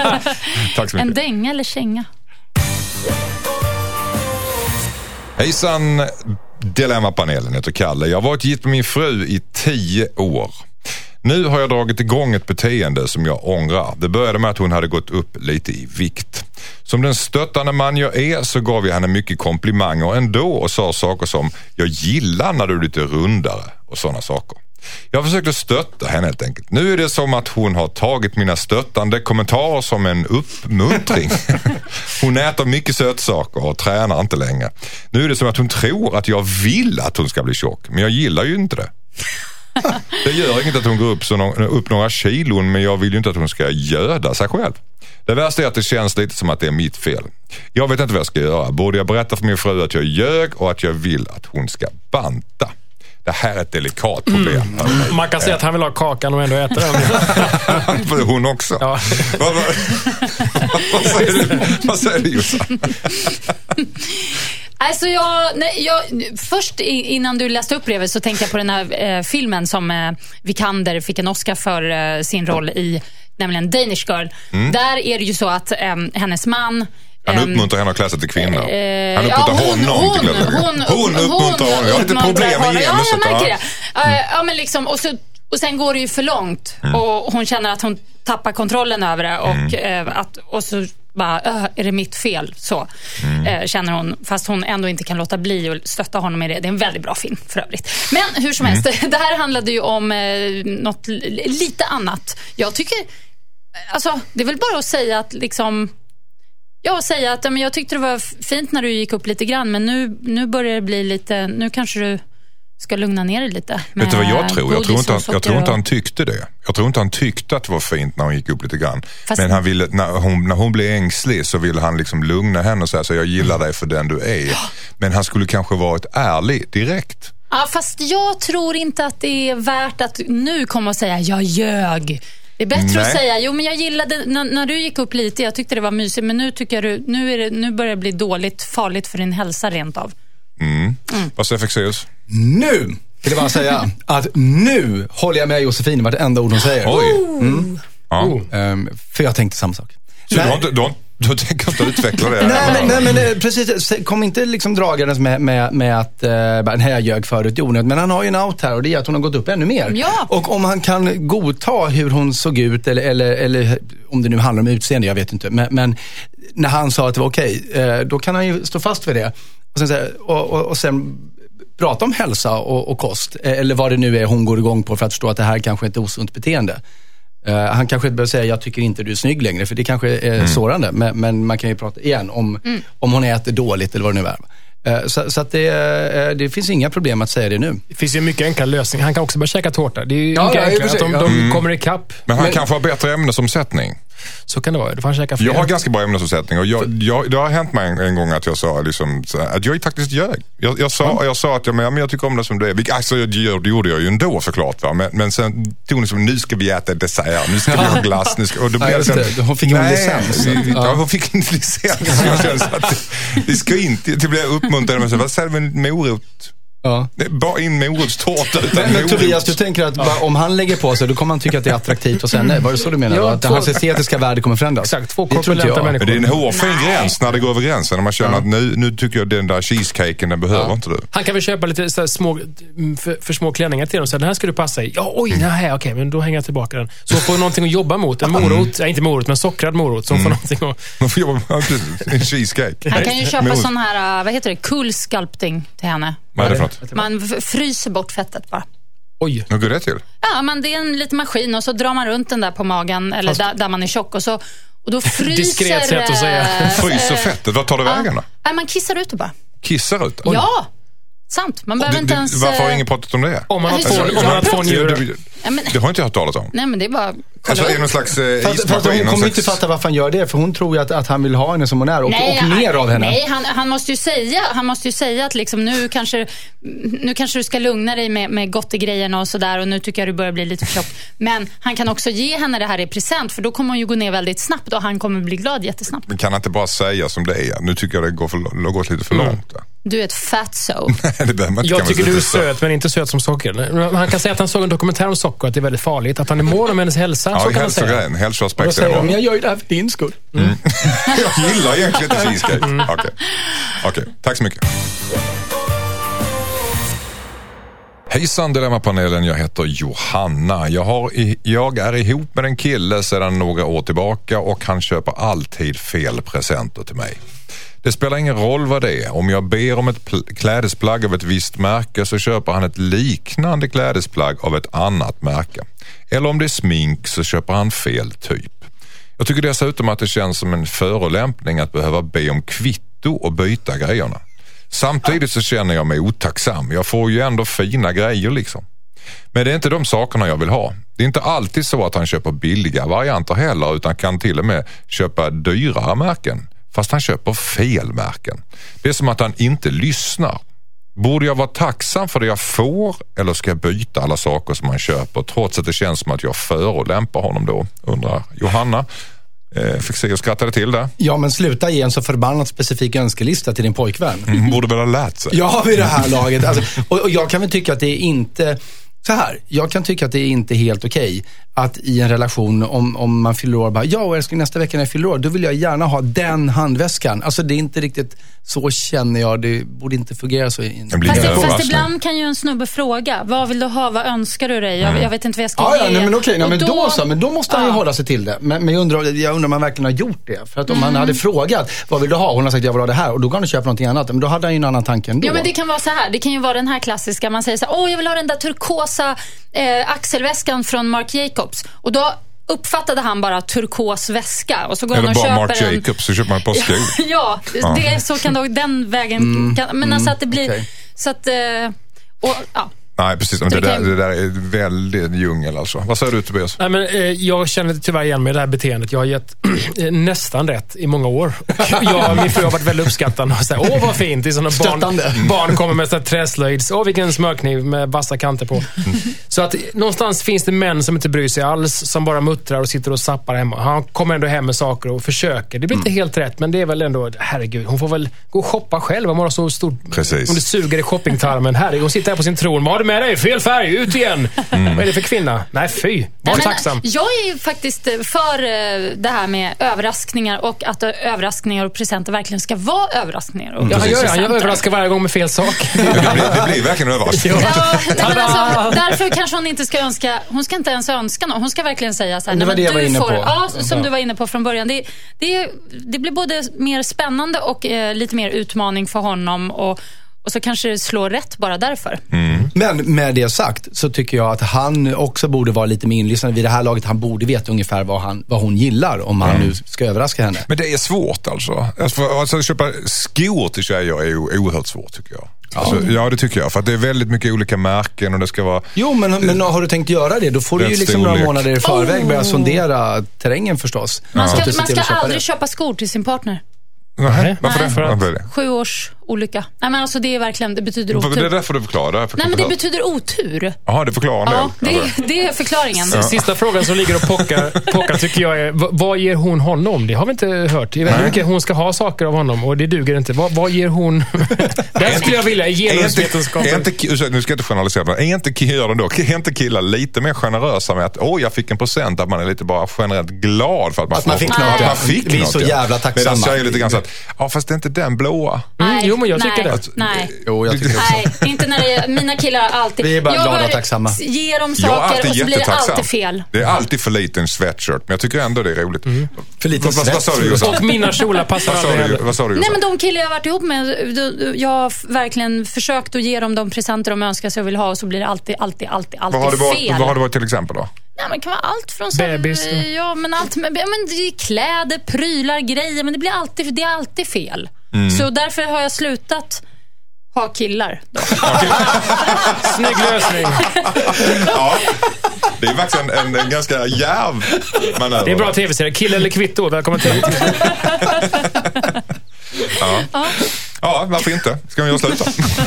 Tack så mycket. En dänga eller känga? Hejsan, Dilemma-panelen heter Kalle. Jag har varit gift med min fru i tio år. Nu har jag dragit igång ett beteende som jag ångrar. Det började med att hon hade gått upp lite i vikt. Som den stöttande man jag är så gav jag henne mycket komplimanger ändå och sa saker som jag gillar när du är lite rundare och sådana saker. Jag försökte stötta henne helt enkelt. Nu är det som att hon har tagit mina stöttande kommentarer som en uppmuntring. Hon äter mycket sötsaker och tränar inte längre. Nu är det som att hon tror att jag vill att hon ska bli tjock, men jag gillar ju inte det. Det gör inget att hon går upp, så no- upp några kilon, men jag vill ju inte att hon ska göda sig själv. Det värsta är att det känns lite som att det är mitt fel. Jag vet inte vad jag ska göra. Borde jag berätta för min fru att jag ljög och att jag vill att hon ska banta? Det här är ett delikat problem. Mm. Man kan säga att han vill ha kakan och ändå äta den. För hon också. Ja. vad, vad, vad säger du, vad säger du Jossan? Alltså jag, nej, jag, först innan du läste upp brevet så tänkte jag på den här eh, filmen som eh, Vikander fick en Oscar för eh, sin roll i, nämligen Danish Girl. Mm. Där är det ju så att eh, hennes man han uppmuntrar henne att klä sig till kvinna. Eh, han uppmuntrar ja, hon, honom hon, till kläder. Hon, hon, hon uppmuntrar honom. Jag har lite problem med genuset. Ja, jag märker det. Mm. Ja, men liksom, och, så, och sen går det ju för långt. Mm. Och hon känner att hon tappar kontrollen över det. Och, mm. eh, att, och så bara, är det mitt fel? Så mm. eh, känner hon. Fast hon ändå inte kan låta bli och stötta honom i det. Det är en väldigt bra film för övrigt. Men hur som helst, mm. det här handlade ju om eh, något lite annat. Jag tycker, alltså, det är väl bara att säga att liksom... Jag säger att men jag tyckte det var fint när du gick upp lite grann, men nu, nu börjar det bli lite, nu kanske du ska lugna ner dig lite. Vet du vad jag tror? Jag tror, inte han, jag tror inte han tyckte det. Jag tror inte han tyckte att det var fint när hon gick upp lite grann. Fast... Men han ville, när, hon, när hon blev ängslig så ville han liksom lugna henne och säga så jag gillar dig för den du är. Men han skulle kanske varit ärlig direkt. Ja, fast jag tror inte att det är värt att nu komma och säga jag ljög. Det är bättre Nej. att säga, jo men jag gillade när, när du gick upp lite, jag tyckte det var mysigt, men nu tycker du, nu, är det, nu börjar det bli dåligt, farligt för din hälsa rent av. Mm. Mm. Vad säger Fexeus? Nu vill jag bara säga att nu håller jag med Josefin vartenda ord hon säger. Oj. Mm. Ja. Um, för jag tänkte samma sak. Så du har inte... Du har Du tänker inte utveckla det? nej, men, nej, men precis. Kom inte liksom dragandes med, med, med att uh, nej, jag ljög förut, Jonas. Men han har ju en out här och det är att hon har gått upp ännu mer. Ja. Och om han kan godta hur hon såg ut eller, eller, eller om det nu handlar om utseende, jag vet inte. Men, men när han sa att det var okej, uh, då kan han ju stå fast vid det. Och sen, och, och, och sen prata om hälsa och, och kost. Eller vad det nu är hon går igång på för att förstå att det här kanske inte är osunt beteende. Uh, han kanske inte behöver säga jag tycker inte du är snygg längre, för det kanske är mm. sårande, men, men man kan ju prata igen om, mm. om hon äter dåligt eller vad det nu är. Uh, så så att det, uh, det finns inga problem att säga det nu. Det finns ju mycket enkla lösningar. Han kan också bara käka tårta. Det är ju ja, mycket ja, enklare att de, de mm. kommer ikapp. Men han men, kanske har bättre ämnesomsättning. Så kan det vara. Du får käka fler. Jag har ganska bra ämnesomsättning och jag, jag, det har hänt mig en, en gång att jag sa liksom, att jag faktiskt ljög. Jag, jag, sa, mm. jag sa att jag, men jag tycker om det som det är. Alltså, det gjorde jag ju ändå såklart. Va? Men, men sen tog ni som, nu ska vi äta dessert, nu ska vi ha glass. Nu ska, och då blev ja, det sen, hon fick en licens. Ja, hon fick en licens. Jag kände att det, det ska inte, det blev uppmuntrande med vad säger du med morot? Ja. Bara in morotstårta utan men, men morot. Tobias, du tänker att ja. om han lägger på sig, då kommer han tycka att det är attraktivt och sen, nej, var det så du menar? Ja, att två... hans estetiska värde kommer förändras? Exakt, två korpulenta människor. Men det är en hårfin gräns när det går över gränsen. När man känner ja. att nu, nu tycker jag den där cheesecaken, den behöver ja. inte du. Han kan väl köpa lite så här små, för, för små klänningar till dem. Så den här ska du passa i. Ja, oj, mm. nej, okej, men då hänger jag tillbaka den. Så får någonting att jobba mot. En morot, mm. nej, inte morot, men sockrad morot. Som mm. får någonting att... Man får jobba med en cheesecake. Han kan ju köpa sån här, vad heter det, cool sculpting till henne. Vad är det för något? Man fryser bort fettet bara. Oj. Hur går det till? Ja, men det är en liten maskin och så drar man runt den där på magen eller Fast... där, där man är tjock och så och då fryser... Diskret sätt att säga. Fryser fettet? Vad tar det vägen då? Ja, man kissar ut det bara. Kissar ut det? Ja. Sant, man behöver det, inte ens... Varför har ingen pratat om det? Om man har två, om man har två njurar. Ja, men... Det har inte jag hört talat om. Nej, men det är bara... Alltså är det någon slags eh, fast, fast hon kommer inte fatta varför han gör det, för hon tror ju att, att han vill ha henne som hon är och, nej, och mer han, av henne. Nej, han, han måste ju säga han måste ju säga att liksom, nu, kanske, nu kanske du ska lugna dig med, med gottegrejerna och sådär, och nu tycker jag du börjar bli lite tjock. Men han kan också ge henne det här i present, för då kommer hon ju gå ner väldigt snabbt och han kommer bli glad jättesnabbt. Men kan han inte bara säga som det är? Nu tycker jag det går, för, det gått lite för mm. långt. Va? Du är ett fatso. Jag tycker du är söt, men inte söt som socker. Han kan säga att han såg en dokumentär om socker, att det är väldigt farligt. Att han är mån om hennes hälsa. Ja, så kan han säga. Hälsoaspekten. Och då säger de, jag gör ju det här för din skull. Mm. Jag gillar egentligen inte cheesecake. Mm. Okej, okay. okay. Tack så mycket. Hejsan Dilemmapanelen, jag heter Johanna. Jag, har i, jag är ihop med en kille sedan några år tillbaka och han köper alltid fel presenter till mig. Det spelar ingen roll vad det är. Om jag ber om ett pl- klädesplagg av ett visst märke så köper han ett liknande klädesplagg av ett annat märke. Eller om det är smink så köper han fel typ. Jag tycker dessutom att det känns som en förolämpning att behöva be om kvitto och byta grejerna. Samtidigt så känner jag mig otacksam. Jag får ju ändå fina grejer liksom. Men det är inte de sakerna jag vill ha. Det är inte alltid så att han köper billiga varianter heller, utan kan till och med köpa dyrare märken. Fast han köper fel märken. Det är som att han inte lyssnar. Borde jag vara tacksam för det jag får eller ska jag byta alla saker som man köper trots att det känns som att jag förolämpar honom då, undrar Johanna. Eh, fick se och skrattade till det. Ja, men sluta ge en så förbannat specifik önskelista till din pojkvän. Mm, borde väl ha lärt sig. Ja, vid det här laget. Alltså, och, och jag kan väl tycka att det är inte... Så här, jag kan tycka att det är inte helt okej att i en relation, om, om man fyller år, bara, ja, och älskling, nästa vecka när jag fyller år, då vill jag gärna ha den handväskan. Alltså det är inte riktigt, så känner jag, det borde inte fungera så. In. Fast, fast ibland kan ju en snubbe fråga, vad vill du ha, vad önskar du dig? Jag, jag vet inte vad jag ska ah, ge. Ja, nej, men okej, nej, men då, då så, men då måste ja. han ju hålla sig till det. Men, men jag, undrar, jag undrar om man verkligen har gjort det. För att om mm. han hade frågat, vad vill du ha? Hon har sagt, jag vill ha det här. Och då kan du köpa någonting annat. Men då hade han ju en annan tanke ändå. Ja, men det kan vara så här. Det kan ju vara den här klassiska, man säger så här, åh, jag vill ha den där turkosa eh, axelväskan från Marc Jacobs. Och då uppfattade han bara turkos väska och så går eller han och bara köper Marc Jacobs, så köper man på skor. Ja, det är, så kan då den vägen mm, kan, men mm, alltså att det blir okay. så att eh, och ja. Nej, precis. Men det, där, det där är väldigt djungel alltså. Vad säger du, Tobias? Nej, men, eh, jag känner tyvärr igen med det här beteendet. Jag har gett nästan rätt i många år. Jag, min fru har varit väldigt uppskattande och säger, åh vad fint. Det är sådana barn, barn kommer med träslöjds. Åh vilken smörkniv med vassa kanter på. Mm. Så att någonstans finns det män som inte bryr sig alls, som bara muttrar och sitter och sappar hemma. Han kommer ändå hem med saker och försöker. Det blir inte mm. helt rätt, men det är väl ändå, herregud, hon får väl gå och shoppa själv. Hon har så stort, precis. Om det suger i shoppingtarmen. Herregud, hon sitter här på sin tron. Vad har du med dig? Fel färg, ut igen. Mm. Vad är det för kvinna? Nej, fy. Var Nej, men, tacksam. Jag är ju faktiskt för det här med överraskningar och att överraskningar och presenter verkligen ska vara överraskningar. Och ja, han gör, han gör överraskar varje gång med fel sak. Det blir, det blir verkligen överraskning. Ja, nej, men alltså, därför kanske hon inte ska önska, hon ska inte ens önska något. Hon ska verkligen säga så här, det var det jag var inne får, på. Ja, som ja. du var inne på från början. Det, det, det blir både mer spännande och eh, lite mer utmaning för honom och Och så kanske det slår rätt bara därför. Mm. Men med det sagt så tycker jag att han också borde vara lite mer inlyssnande vid det här laget. Han borde veta ungefär vad, han, vad hon gillar om han mm. nu ska överraska henne. Men det är svårt alltså. Alltså, alltså köpa skor till tjejer är ju oerhört svårt tycker jag. Alltså, ja. ja, det tycker jag. För att det är väldigt mycket olika märken och det ska vara... Jo, men, men har du tänkt göra det? Då får du ju liksom storlek. Några månader i förväg oh. börja sondera terrängen förstås. Man ska, ja. man ska aldrig det. köpa skor till sin partner. Nej, varför Nej. det? Varför det? Sju års olycka. Nej, men alltså det är verkligen, det betyder otur. Det är därför du förklarar. Det Nej, men det betyder otur. Jaha, det förklarar en ja, del. Det, det är förklaringen. Ja. Sista frågan som ligger och pockar, pockar tycker jag är, vad ger hon honom? Det har vi inte hört. Jag vet inte, hon ska ha saker av honom och det duger inte. Vad, vad ger hon? Det skulle jag vilja, genusvetenskapen. Nu ska jag inte generalisera, men är inte killar då? Är inte killar lite mer generösa med att åh, jag fick en procent, att man är lite bara generellt glad för att man, att man fick något. Att man fick vi är något, så jävla tacksamma. Medan jag är lite grann så att, ja fast det är inte den blåa. Nej, jo, men jag nej, tycker det. Att, nej. Jo, jag tycker också. Nej, inte när det är, mina killar har alltid... Vi är bara jag glada och bara tacksamma. Ger dem saker och så blir det alltid fel. Det är alltid för liten sweatshirt, men jag tycker ändå det är roligt. Mm. För liten vad, vad sa du, Jossan? Och mina kjolar passar aldrig. Vad sa du, Nej, men de killar jag har varit ihop med, jag har verkligen försökt att ge dem de presenter de önskar sig och vill ha och så blir det alltid, alltid, alltid, alltid vad har fel. Varit, vad har det varit till exempel då? Nej, men det kan vara allt från så, bebis. ja, men allt med, ja, men det är kläder, prylar, grejer, men det blir alltid, det är alltid fel. Mm. Så därför har jag slutat ha killar då. Snygg lösning. Ja, det är faktiskt en, en, en ganska djärv manöver. Det är bra tv-serie. Kill eller kvitto, välkommen till. Ja. Ja. Ja, varför inte? Ska vi göra slut då?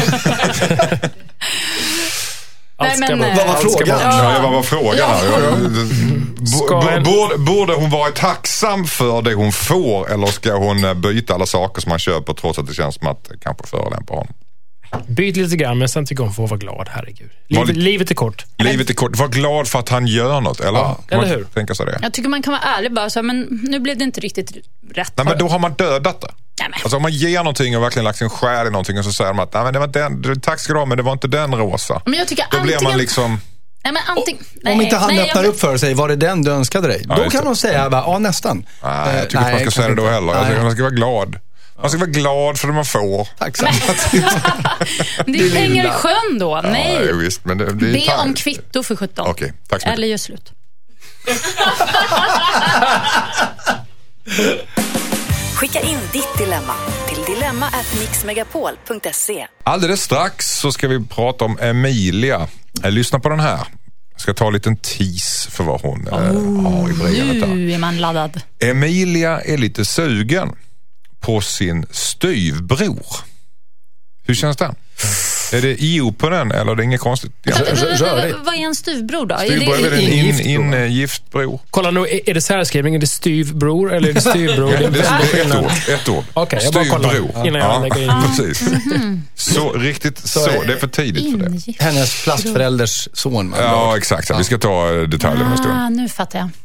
Nej, men, vad var frågan? Ja, ja vad var frågan? Ja. B- borde, borde hon vara tacksam för det hon får eller ska hon byta alla saker som man köper trots att det känns som att det kanske förolämpar honom? Byt lite grann, men sen tycker hon får vara glad, herregud. Livet, Var, livet är kort. Livet är kort. Var glad för att han gör något, eller? Ja, eller hur? Tänka sig det. Jag tycker man kan vara ärlig bara så, men nu blev det inte riktigt rätt. Nej, men då har man dödat det. Nej, men. Alltså om man ger någonting och verkligen lagt sin själ i någonting och så säger man att nej, men det var den, tack ska du ha, men det var inte den rosa. Men jag tycker då antingen... blir man liksom... Nej, men antingen... nej, om inte han nej, öppnar jag... upp för sig, var det den du önskade dig? Ja, då kan hon säga, ja nästan. Nej, jag tycker inte man ska säga det då heller. Jag tycker man ska vara glad. Man ska vara glad för det man får. Tacksam. Det är pengar i sjön då. Nej. Ja, visst, men det, det Be om kvitto för sjutton. Okej, okay, tack så mycket. Eller gör slut. Skicka in ditt dilemma till dilemma at mixmegapol punkt se. Alldeles strax så ska vi prata om Emilia. Lyssna på den här. Jag ska ta en liten tease för vad hon oh, har i brevet. Nu är man laddad. Emilia är lite sugen på sin styvbror. Hur känns det? Är det I O på den eller är det inget konstigt? Rörigt. Vad är en styvbror då? Styvbror är Är väl det... en ingift in, bror? ingift bror? Kolla nu, är är det särskrivning? Är det styvbror eller är det styvbror? Det är väldigt stor ett skillnad. ord. Ett ord. Okej, jag bara kollar Styvbror. innan jag lägger in. Precis. Så riktigt så. Det är för tidigt för det. Ingift. Hennes plastförälders son. Man. Ja, exakt. Vi ska ta detaljer om en stund. Ah, nu fattar jag.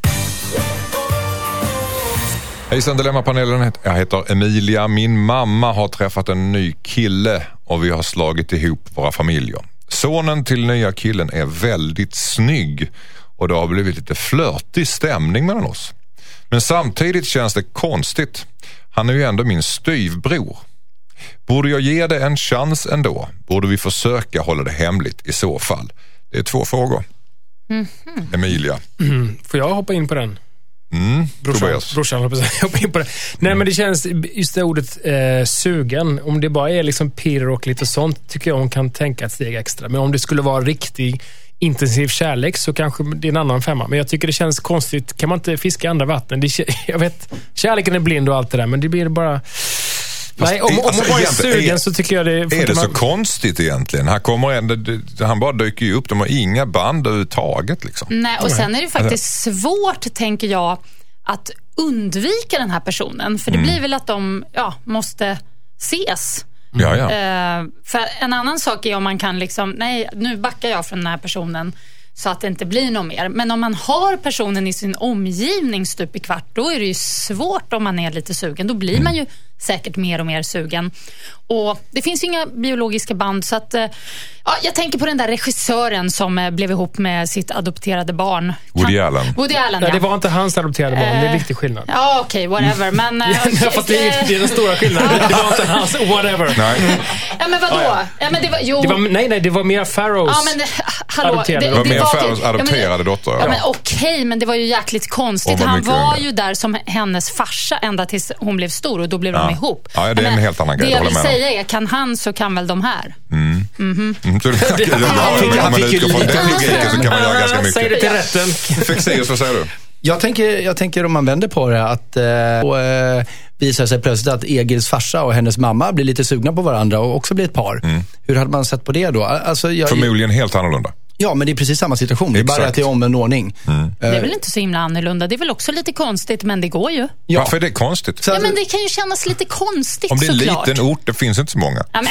Hejsan Dilemmapanelen, jag heter Emilia. Min mamma har träffat en ny kille och vi har slagit ihop våra familjer. Sonen till nya killen är väldigt snygg och det har blivit lite flörtig stämning mellan oss. Men samtidigt känns det konstigt. Han är ju ändå min styvbror. Borde jag ge det en chans ändå? Borde vi försöka hålla det hemligt i så fall? Det är två frågor. Mm-hmm. Emilia. Mm. Får jag hoppa in på den? Mm, Brorsan, Tobias. brorsan hoppas jag hoppa in på det. Nej, mm. men det känns, just det ordet eh, sugen, om det bara är liksom pirr och lite sånt, tycker jag hon kan tänka ett steg extra. Men om det skulle vara riktig intensiv kärlek så kanske det är en annan femma. Men jag tycker det känns konstigt. Kan man inte fiska i andra vatten? Det, jag vet, kärleken är blind och allt det där, men det blir bara... Fast Nej, om, om alltså, man bara är sugen är, så tycker jag det... Är det man... så konstigt egentligen? Han, kommer ändå, han bara dyker ju upp. De har inga band överhuvudtaget. Liksom. Nej, och sen är det faktiskt svårt, tänker jag, att undvika den här personen. För det Mm. blir väl att de ja, måste ses. Ja, ja. Uh, för en annan sak är om man kan liksom, nej, nu backar jag från den här personen så att det inte blir något mer. Men om man har personen i sin omgivning stup i kvart, då är det ju svårt om man är lite sugen. Då blir man ju säkert mer och mer sugen. Och det finns ju inga biologiska band, så att ja, jag tänker på den där regissören som blev ihop med sitt adopterade barn. Woody Allen. Woody Allen, Nej, ja. det var inte hans adopterade barn, det är en viktig skillnad. Ja, okej, okay, whatever. Men, ja, okay, fast det är, det är den stora skillnaden. Det var inte hans, whatever. Nej. Ja, men vadå? Ah, ja. Ja, men det var, jo. Det var, nej, nej, det var Mia Farrows ja, men, hallå, adopterade. Det var Mia var- Farrows adopterade ja, men, dotter. Ja, Ja. men okej, okay, men det var ju jäkligt konstigt. Hon var Han mycket var yngre. ju där som hennes farsa ända tills hon blev stor och då blev Ja. de ihop. Ja, det är en Men helt annan grej, Det jag jag vill håller med säga är, kan han så kan väl de här. Mm, så det verkar, Det- ja, fick- men han om man fick ju utgår från lite den logiken så kan man göra ganska Säg det mycket. till rätten. Fexeus, vad säger du? Jag tänker, jag tänker om man vänder på det att eh, och, eh, visar sig plötsligt att Egils farsa och hennes mamma blir lite sugna på varandra och också blir ett par. Mm. Hur hade man sett på det då? Alltså, jag, Förmodligen helt annorlunda. ja, men det är precis samma situation. Det är bara Exakt. att det är omvänd ordning. Mm. Det är väl inte så himla annorlunda. Det är väl också lite konstigt, men det går ju. Ja. Varför är det konstigt? Så Ja, att- men det kan ju kännas lite konstigt, Om det är en såklart. liten ort, det finns inte så många. Ja, men,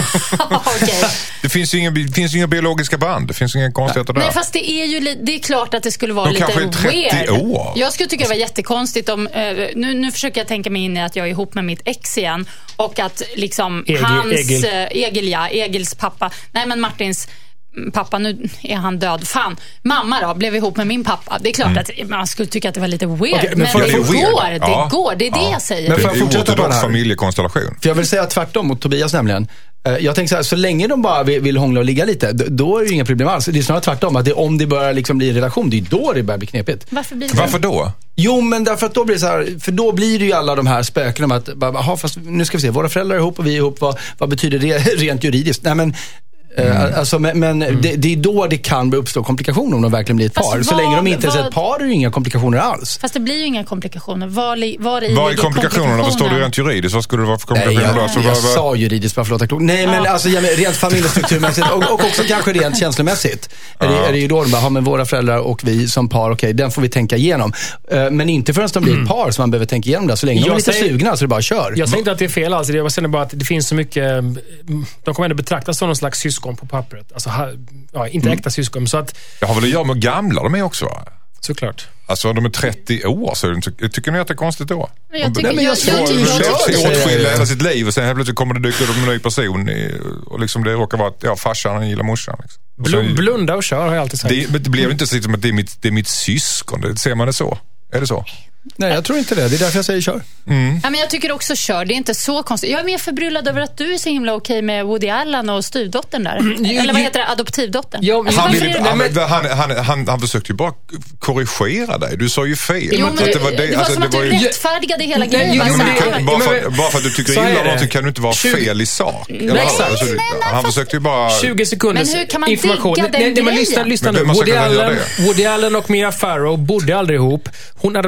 okej. Det finns ju inga, det finns ju inga biologiska band. Det finns inga konstigheter där. Nej, fast det är ju li- det är klart att det skulle vara De lite kanske är trettio weird. år. Jag skulle tycka det var jättekonstigt om eh, nu, nu försöker jag tänka mig in i att jag är ihop med mitt ex igen och att liksom Egil- hans Egil. eh, Egil, ja, Egils pappa. Nej, men Martins pappa, nu är han död. Fan, mamma då blev ihop med min pappa. Det är klart att man skulle tycka att det var lite weird, Okej, men men, får- det, det är weird. går, det Ja. går. Det är det Ja. jag säger. Men Det får är jag en fortsätta på den ortodox här? familjekonstellation. För jag vill säga tvärtom mot Tobias nämligen. Eh, Jag tänker så här, så länge de bara vill, vill hångla och ligga lite, d- då är det ju inga problem alls. Det är snarare tvärtom, att det, om det börjar liksom bli en relation, det är då det börjar bli knepigt. Varför blir det Varför då? Jo, men därför att då blir det så här, för då blir det ju alla de här spöken om att, bara, aha, fast nu ska vi se, våra föräldrar är ihop och vi är ihop, vad, vad betyder det rent juridiskt? Nej, men Eh, alltså, men men det, det är då det kan uppstå komplikationer om de verkligen blir ett Fast par. Så vad- länge de inte ens är vad- ett par är det ju inga komplikationer alls. Fast det blir ju inga komplikationer. Var, li, var i Vad är ligger komplikationerna? Vad står det rent juridiskt? Vad skulle det vara för Nej, komplikationer då? jag, Så jag vad- vad- sa juridiskt bara för att låta klok. Nej, men Ja. alltså, ja, men rent familjestrukturmässigt och, och också kanske rent känslomässigt. Är, det, är det ju då de bara, ja, men våra föräldrar och vi som par, okej, den får vi tänka igenom. Eh, men inte förrän de blir ett par som man behöver tänka igenom det. Så länge de är Jag lite säger- sugna så är det bara kör. Jag säger inte att det är fel alls. Jag känner bara att det finns så mycket... De kommer ändå betraktas som någon slags syskon på pappret. Alltså, ha- ja, inte äkta syskon, så att... Det har väl att göra med hur gamla de är också, va? Såklart. Alltså de är trettio år, så är det inte- tycker ni att det är konstigt då? Men jag De- tycker- Nej, men jag- jag jag tror- tycker- de jag levt tycker- sig åtskilda hela sitt liv och sen helt plötsligt kommer det dyka upp en ny person i, och liksom det råkar vara att ja, farsan han gillar morsan. Liksom. Och så- Bl- blunda och kör har jag alltid sagt. det, men det blir ju inte så som att det är mitt, det är mitt syskon. Det, ser man det så? Är det så? Nej, jag tror inte det. Det är därför jag säger kör. Ja, men jag tycker också kör. Det är inte så konstigt. Jag är mer förbryllad över att du är så himla okej med Woody Allen och styvdottern där. Eller vad heter det? Adoptivdottern. Ja, Alltså, Han, varför ville, är det- han, han, han, han, han försökte ju bara korrigera dig. Du sa ju fel. Jo, men Att det, det det var, var, det, alltså, som att det var du ju... rättfärdigade hela Nej, grejen. jo, Bara Jo, så men här, du kan, bara, för, men- bara för att du tycker så är illa om det. något så kan du inte vara tjugo fel i sak. eller Nej, hur? nej, Alltså, nej, nej, han fast- försökte ju bara... tjugo sekunders Men hur kan man information. digga den nej, nej, men lyssna, grejen? lyssna Men nu. vem har sagt Woody att man gör Allen, det? Woody Allen och Mia Farrow bodde aldrig ihop. Hon adopterade dottern.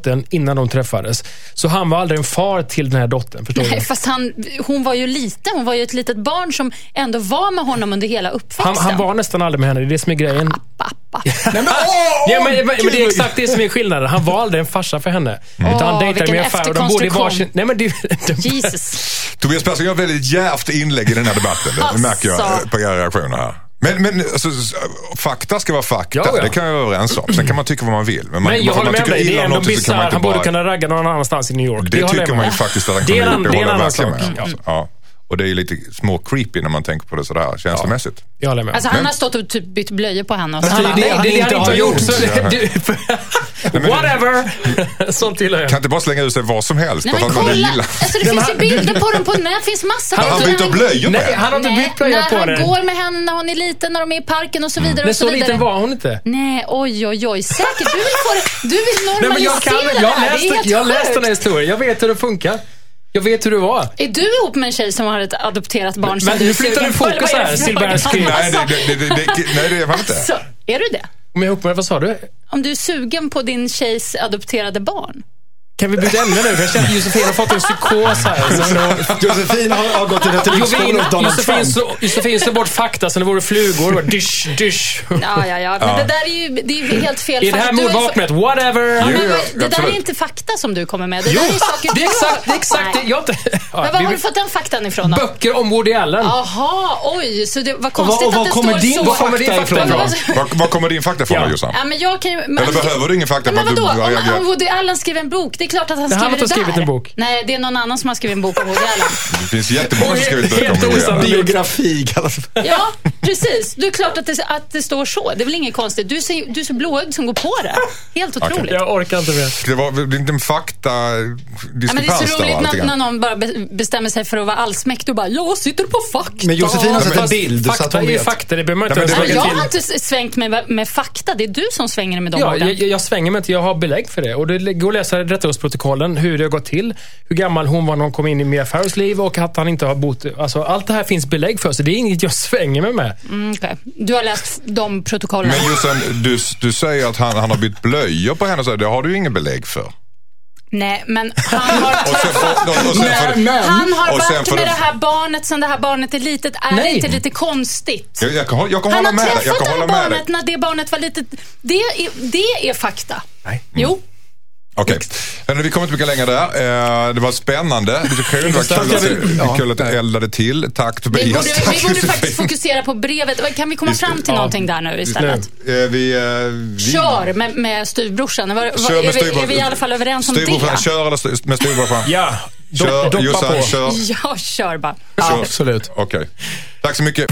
dottern innan de träffades. Så han var aldrig en far till den här dottern, förstår Nej, du? fast han, hon var ju liten. Hon var ju ett litet barn som ändå var med honom under hela uppväxten. Han, han var nästan aldrig med henne, det är det som är grejen. Pappa. Nej, men, åh, Ja, men, men, men det är exakt det som är skillnaden. Han var aldrig en farsa för henne. Mm. Utan han Åh, dejtade vilken med affär och de bodde i varsin... Nej, men det, det, Jesus. Tobias Persson gör väldigt djärvt inlägg i den här debatten. Det Alltså. märker jag på era reaktioner här. Men, men alltså, fakta ska vara fakta, Ja, ja. det kan jag vara överens om. Sen kan man tycka vad man vill. Men, man, men jag man, håller man med dig, det illa är om ändå någonting så kan man bisarrt. inte Han borde bara- kunna ragga någon annanstans i New York. Det håller tycker jag man med. ju faktiskt att han Det är kunde en- gjort. det är en håller annan jag verkligen sak. med. Alltså, ja. Och det är ju lite små creepy när man tänker på det sådär känslomässigt. Jag håller med. Alltså han Men- har stått och typ bytt blöjor på henne. Och Fast så. det är Han, det Nej, han det är det inte han har inte har gjort. gjort. Så, du, whatever. Sånt tillhör jag. Kan inte bara slänga ut sig vad som helst. Nej bara men för att man kolla, gillar. alltså, det finns ju bilder på dem på nätet. Det finns massa Han bilder. byter blöjor med Nej, han har inte Nej, bytt blöjor när på han henne. går med henne när hon är liten, när de är i parken och så vidare. Men och så så vidare. liten var hon inte. Nej, oj, oj, oj. Säkert. Du vill få det. Du vill Nej, men normalisera jag kan, det jag här. Det är läste, helt jag läste sjukt. den här historien. Jag vet hur det funkar. Jag vet hur det var. Är du ihop med en tjej som har ett adopterat barn som Men du nu är flyttar sugen du på? fokus Eller vad är här, det för Silver fråga? Screen. Nej, det, det, det, det, nej, det är fan inte. Så, är du det? Om jag är ihop med, vad sa du? Om du är sugen på din tjejs adopterade barn? Kan vi byta ämne nu? För jag känner att Josefin har fått en psykos här. Så, Josefin har, har gått i retorikskolan Josefin, hos Donald Josefin, Trump. slår, Josefin slår bort fakta så det vore flugor. Dysch, dysch. Ja, ja, ja. Men det där är ju, det är ju helt fel. I det här fakta. Du är så- mordvapnet, whatever. Ja, men, Jo, ja, det där absolut. är inte fakta som du kommer med. Det Jo, där är saker det är du exakt, det är har- exakt det. Nej. Jag, inte- ja, Men var vi- har du fått den faktan ifrån då? Böcker om Woody Allen. Jaha, oj. Så det var vad- konstigt och vad att det kommer står din så. Var kommer din fakta fakta ifrån ifrån? Men vad- Var, var kommer din fakta ifrån Ja. då, Jossan? Ja, men jag kan ju... Men, Eller behöver du ingen fakta men för att du vadå? Om, reagerar? om Woody Allen skriver en bok, det är klart att han Men han skriver har inte det skrivit där. en bok. Nej, det är någon annan som har skrivit en bok om Woody Allen. Det finns jättemånga som skrivit böcker om Helt Woody Allen. osannolikt. Biografi kallas det. Ja, precis. Det är klart att det, att det står så. Det är väl inget konstigt. Du är så, du är så blåögd som går på det. Helt otroligt. Jag orkar inte mer. Det var det är inte en fakta Ja, men det är diskrepans så där, roligt va, lite när, när grann. någon bara be- bestämmer sig för att vara allsmäktig och bara, jag sitter på fakta. Men Josefin har sett en Fast bild så att fakta hon är ju vet. fakta, det behöver man inte Nej, men ens det- Ja, lägga jag har till. inte s- svängt mig med, med fakta. Det är du som svänger med de Ja, orden. jag, jag svänger mig inte, jag har belägg för det. Och det går att läsa i rättegångsprotokollen hur det har gått till. Hur gammal hon var när hon kom in i Mia Farrows liv och att han inte har bott... Alltså, allt det här finns belägg för, så det är inget jag svänger mig med. Mm, okej. Du har läst de protokollen. Men Jossan, du, du säger att han, han har bytt blöjor på henne, så det har du ju ingen belägg för. Nej, men han har, Och sen får, och sen får, Men, han har och sen varit får med det- det här barnet sen det här barnet är litet. Är Nej. det inte lite konstigt? jag, jag, kan, jag kan Han hålla har med dig. Jag träffat kan det här hålla med dig. barnet när det barnet var litet. Det är, det är fakta. Nej. Jo. Okej, okay. Vi kommer inte mycket längre där. Eh, Det var spännande. Det var kul, det var kul, att, det var kul att det eldade till. Tack Vi Tobias. borde, Tack, vi borde Josefin. faktiskt fokusera på brevet. Kan vi komma Just- fram till ja. någonting där nu istället? Eh, Vi, eh, vi, Kör med, med styvbrorsan. Var, var, Kör med är, vi, styvbror- är vi i alla fall överens om styvbrorsan, det? kör eller styr, med styvbrorsan? Ja, do, Kör, doppa Jossan, på. kör. Ja, kör bara. kör. Absolut. Okej. Tack så mycket.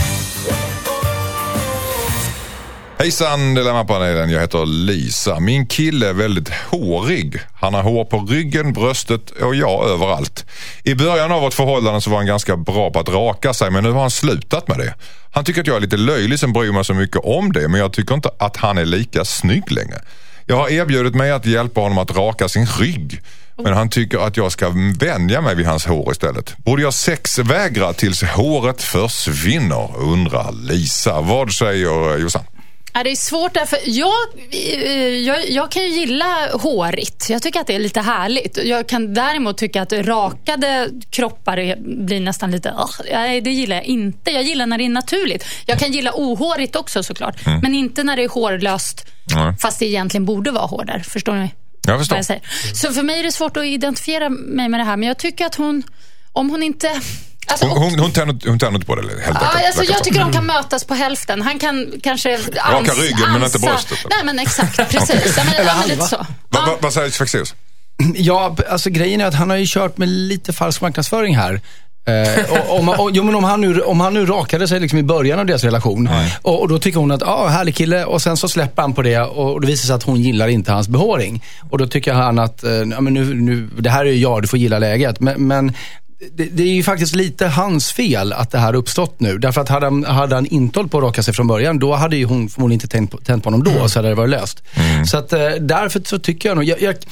Hejsan Dilemmapanelen, jag heter Lisa. Min kille är väldigt hårig. Han har hår på ryggen, bröstet och ja, överallt. I början av vårt förhållande så var han ganska bra på att raka sig, men nu har han slutat med det. Han tycker att jag är lite löjlig som bryr mig så mycket om det, men jag tycker inte att han är lika snygg längre. Jag har erbjudit mig att hjälpa honom att raka sin rygg, men han tycker att jag ska vänja mig vid hans hår istället. Borde jag sexvägra tills håret försvinner, undrar Lisa. Vad säger Jossan? Ja, det är svårt därför. Jag, jag, jag kan ju gilla hårigt. Jag tycker att det är lite härligt. Jag kan däremot tycka att rakade kroppar är, blir nästan lite... Uh, nej, det gillar jag inte. Jag gillar när det är naturligt. Jag kan gilla ohårigt också såklart. Mm. Men inte när det är hårlöst. Mm. Fast det egentligen borde vara hår där. Förstår ni? Jag förstår. Jag säger? Så för mig är det svårt att identifiera mig med det här. Men jag tycker att hon... Om hon inte... Alltså, hon, hon, hon tänder hon tänder inte på det helt enkelt. Ja, alltså, jag så. tycker de kan mötas på hälften. Han kan kanske Raka ryggen, men inte bröstet. Nej, men exakt, precis. ja, men, ja, men lite så. Va, Ja. va, vad säger Fexeus? Ja, alltså grejen är att han har ju kört med lite falsk marknadsföring här. Eh, och, om, och, jo, men om, han nu, om han nu rakade sig liksom i början av deras relation och, och då tycker hon att, ja, ah, härlig kille, och sen så släpper han på det och det visar sig att hon gillar inte hans behåring. Och då tycker han att, eh, ja, men nu, nu, det här är ju jag, du får gilla läget. Men, men det, det är ju faktiskt lite hans fel att det här uppstått nu. Därför att hade han, hade han inte hållit på att raka sig från början, då hade ju hon förmodligen inte tänt på, tänt på honom då, mm. så hade det varit löst. Mm. Så att eh, därför så tycker jag nog, jag, jag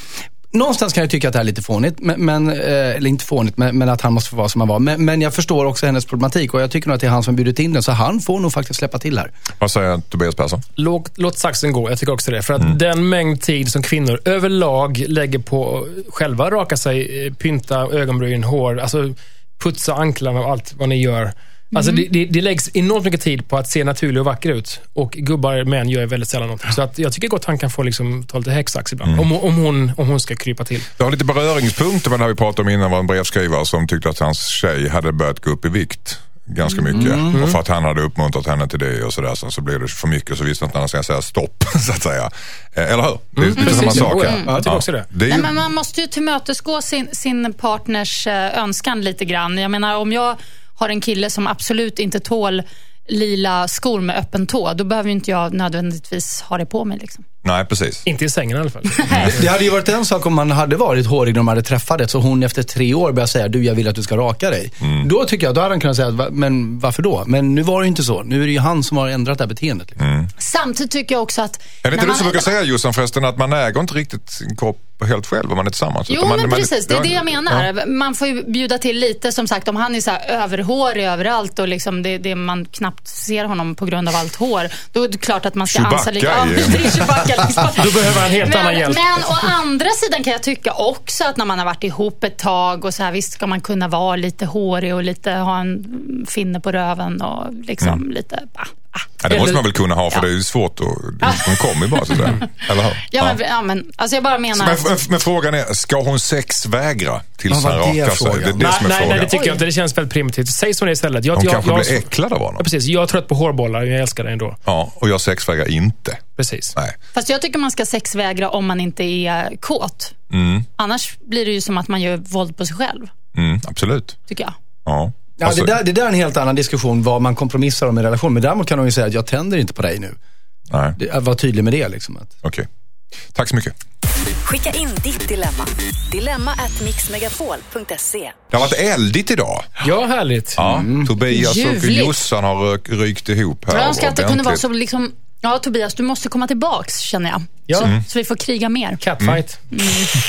någonstans kan jag tycka att det är lite fånigt, men, men, eller inte fånigt, men, men att han måste få vara som han var. Men, men jag förstår också hennes problematik och jag tycker nog att det är han som bjudit in den, så han får nog faktiskt släppa till här. Vad säger Tobias Persson? Låt, låt saxen gå, jag tycker också det. För att mm. den mängd tid som kvinnor överlag lägger på själva raka sig, pynta ögonbryn, hår, alltså putsa anklarna och allt vad ni gör. Alltså det, det, det läggs enormt mycket tid på att se naturlig och vacker ut. Och gubbar, män gör väldigt sällan något. Så att jag tycker gott han kan få liksom ta lite häxax ibland. Mm. Om, om, hon, om hon ska krypa till. Det har lite beröringspunkter med det vi pratade om innan, var en brevskrivare som tyckte att hans tjej hade börjat gå upp i vikt ganska mycket. Mm. Och för att han hade uppmuntrat henne till det och sådär, så, så blev det för mycket, så visste inte han ska säga stopp, så att säga. Eller hur? Det är mm. lite samma sak. Mm. Ja, jag tycker också det. det ju... Nej, men man måste ju tillmötesgå sin, sin partners önskan lite grann. Jag menar, om jag har en kille som absolut inte tål lila skor med öppen tå, då behöver ju inte jag nödvändigtvis ha det på mig liksom. Nej, precis. Inte i sängen i alla fall. det, det hade ju varit en sak om man hade varit hårig när de hade träffat, så hon efter tre år börjar säga, du, jag vill att du ska raka dig. Mm. Då tycker jag, då hade han kunnat säga, men varför då? Men nu var det inte så. Nu är det ju han som har ändrat det här beteendet. Liksom. Mm. Samtidigt tycker jag också att... Är det inte man... du som brukar säga, Jossan, förresten, att man äger inte riktigt sin kropp helt själv om man är tillsammans? Jo, man, men man, precis. Det är ja, det jag menar. Ja. Man får ju bjuda till lite, som sagt, om han är så här överhårig överallt och liksom det, det man knappt ser honom på grund av allt hår, då är det klart att man ska Chewbacca ansa lite... Ja, det är Chewbacca liksom. Då behöver han helt men, annan hjälp. Men å andra sidan kan jag tycka också att när man har varit ihop ett tag och så här, visst ska man kunna vara lite hårig och lite ha en finne på röven och liksom mm. lite... Ah, ah. Ja, det måste man väl kunna ha, för ja. det är ju svårt att... De kommer ju bara sådär. Eller hur? Ja, men, ja, men alltså jag bara menar... Men, men, men frågan är, ska hon sexvägra tills han rakar sig? Det är det nej, som är nej, frågan. Nej, det tycker jag inte. Det känns väldigt primitivt. Säg som det istället. Jag, hon jag, kanske jag, blir äcklad av honom. Ja, precis. Jag är trött på hårbollar, jag älskar det ändå. Ja, och jag sexvägrar inte. Precis. Nej. Fast jag tycker man ska sexvägra om man inte är kåt. Mm. Annars blir det ju som att man gör våld på sig själv. Mm, absolut. Tycker jag. Ja. Ja, alltså, det, där, det där är en helt annan diskussion, vad man kompromissar om i relation. Men däremot kan hon ju säga att jag tänder inte på dig nu. Nej. Det, var tydlig med det liksom. Okej. Okay. Tack så mycket. Skicka in ditt dilemma. Dilemma at mixmegapol punkt se. Det har varit eldigt idag. Ja, härligt. Ja, mm. Tobias och Jossan har rykt ihop här. Jag önskar att det kunde vara så liksom... Ja, Tobias, du måste komma tillbaks, känner jag. Ja. Så, Mm. så vi får kriga mer. Catfight. Mm.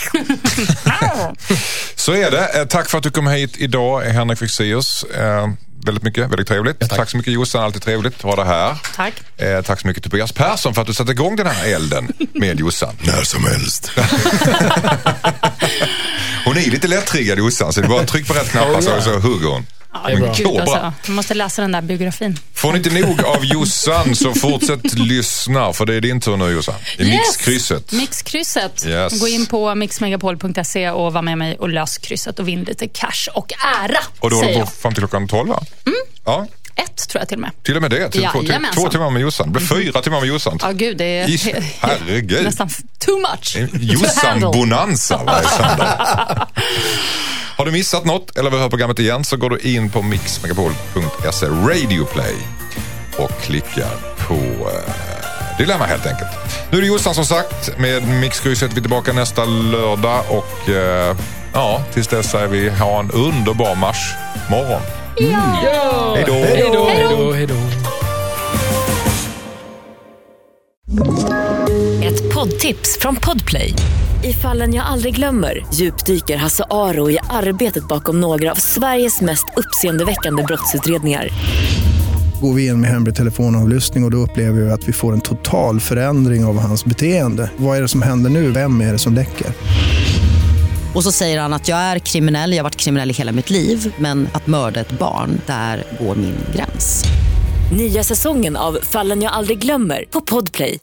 Så är det. Tack för att du kom hit idag, Henrik Fexeus. Eh, väldigt mycket, väldigt trevligt. Ja, tack. tack så mycket, Jossan, alltid trevligt att ha det här. Tack. Eh, tack så mycket, Tobias Persson, för att du satte igång den här elden med Jossan. När som helst. Hon är lite lättriggad, Jossan, så det är bara tryck på rätt knappar så, så hugger hon. Ja, det är gud, alltså. Jag måste läsa den där biografin. Får ni inte nog av Jossan, så fortsätt lyssna, för det är din tur nu, Jossan. I yes. Mixkrysset. Mixkrysset. Yes. Gå in på mixmegapol punkt se och var med mig och lös krysset och vinn lite cash och ära. Och då håller på fram till klockan tolv, va? Mm. Ja. Ett tror jag till och med. Till och med det. Till två, till, två timmar med Jossan. Det blir fyra mm. timmar med Jossan. Ja, gud, det är Is, herregud. nästan too much. Jossan-bonanza varje söndag. Har du missat något eller vill höra programmet igen, så går du in på mixmegapol punkt se Radioplay och klickar på uh, dilemma helt enkelt. Nu är det Jossan som sagt med Mixkrysset. Vi är tillbaka nästa lördag och uh, ja, tills dess säger vi ha en underbar mars morgon. Mm. Ja. Hej då. Hej då. Hej då. Hej då. Ett poddtips från Podplay. I Fallen jag aldrig glömmer djupdyker Hasse Aro i arbetet bakom några av Sveriges mest uppseendeväckande brottsutredningar. Går vi in med hemlig telefonavlyssning och, och då upplever vi att vi får en total förändring av hans beteende. Vad är det som händer nu? Vem är det som läcker? Och så säger han att jag är kriminell, jag har varit kriminell i hela mitt liv. Men att mörda ett barn, där går min gräns. Nya säsongen av Fallen jag aldrig glömmer på Podplay.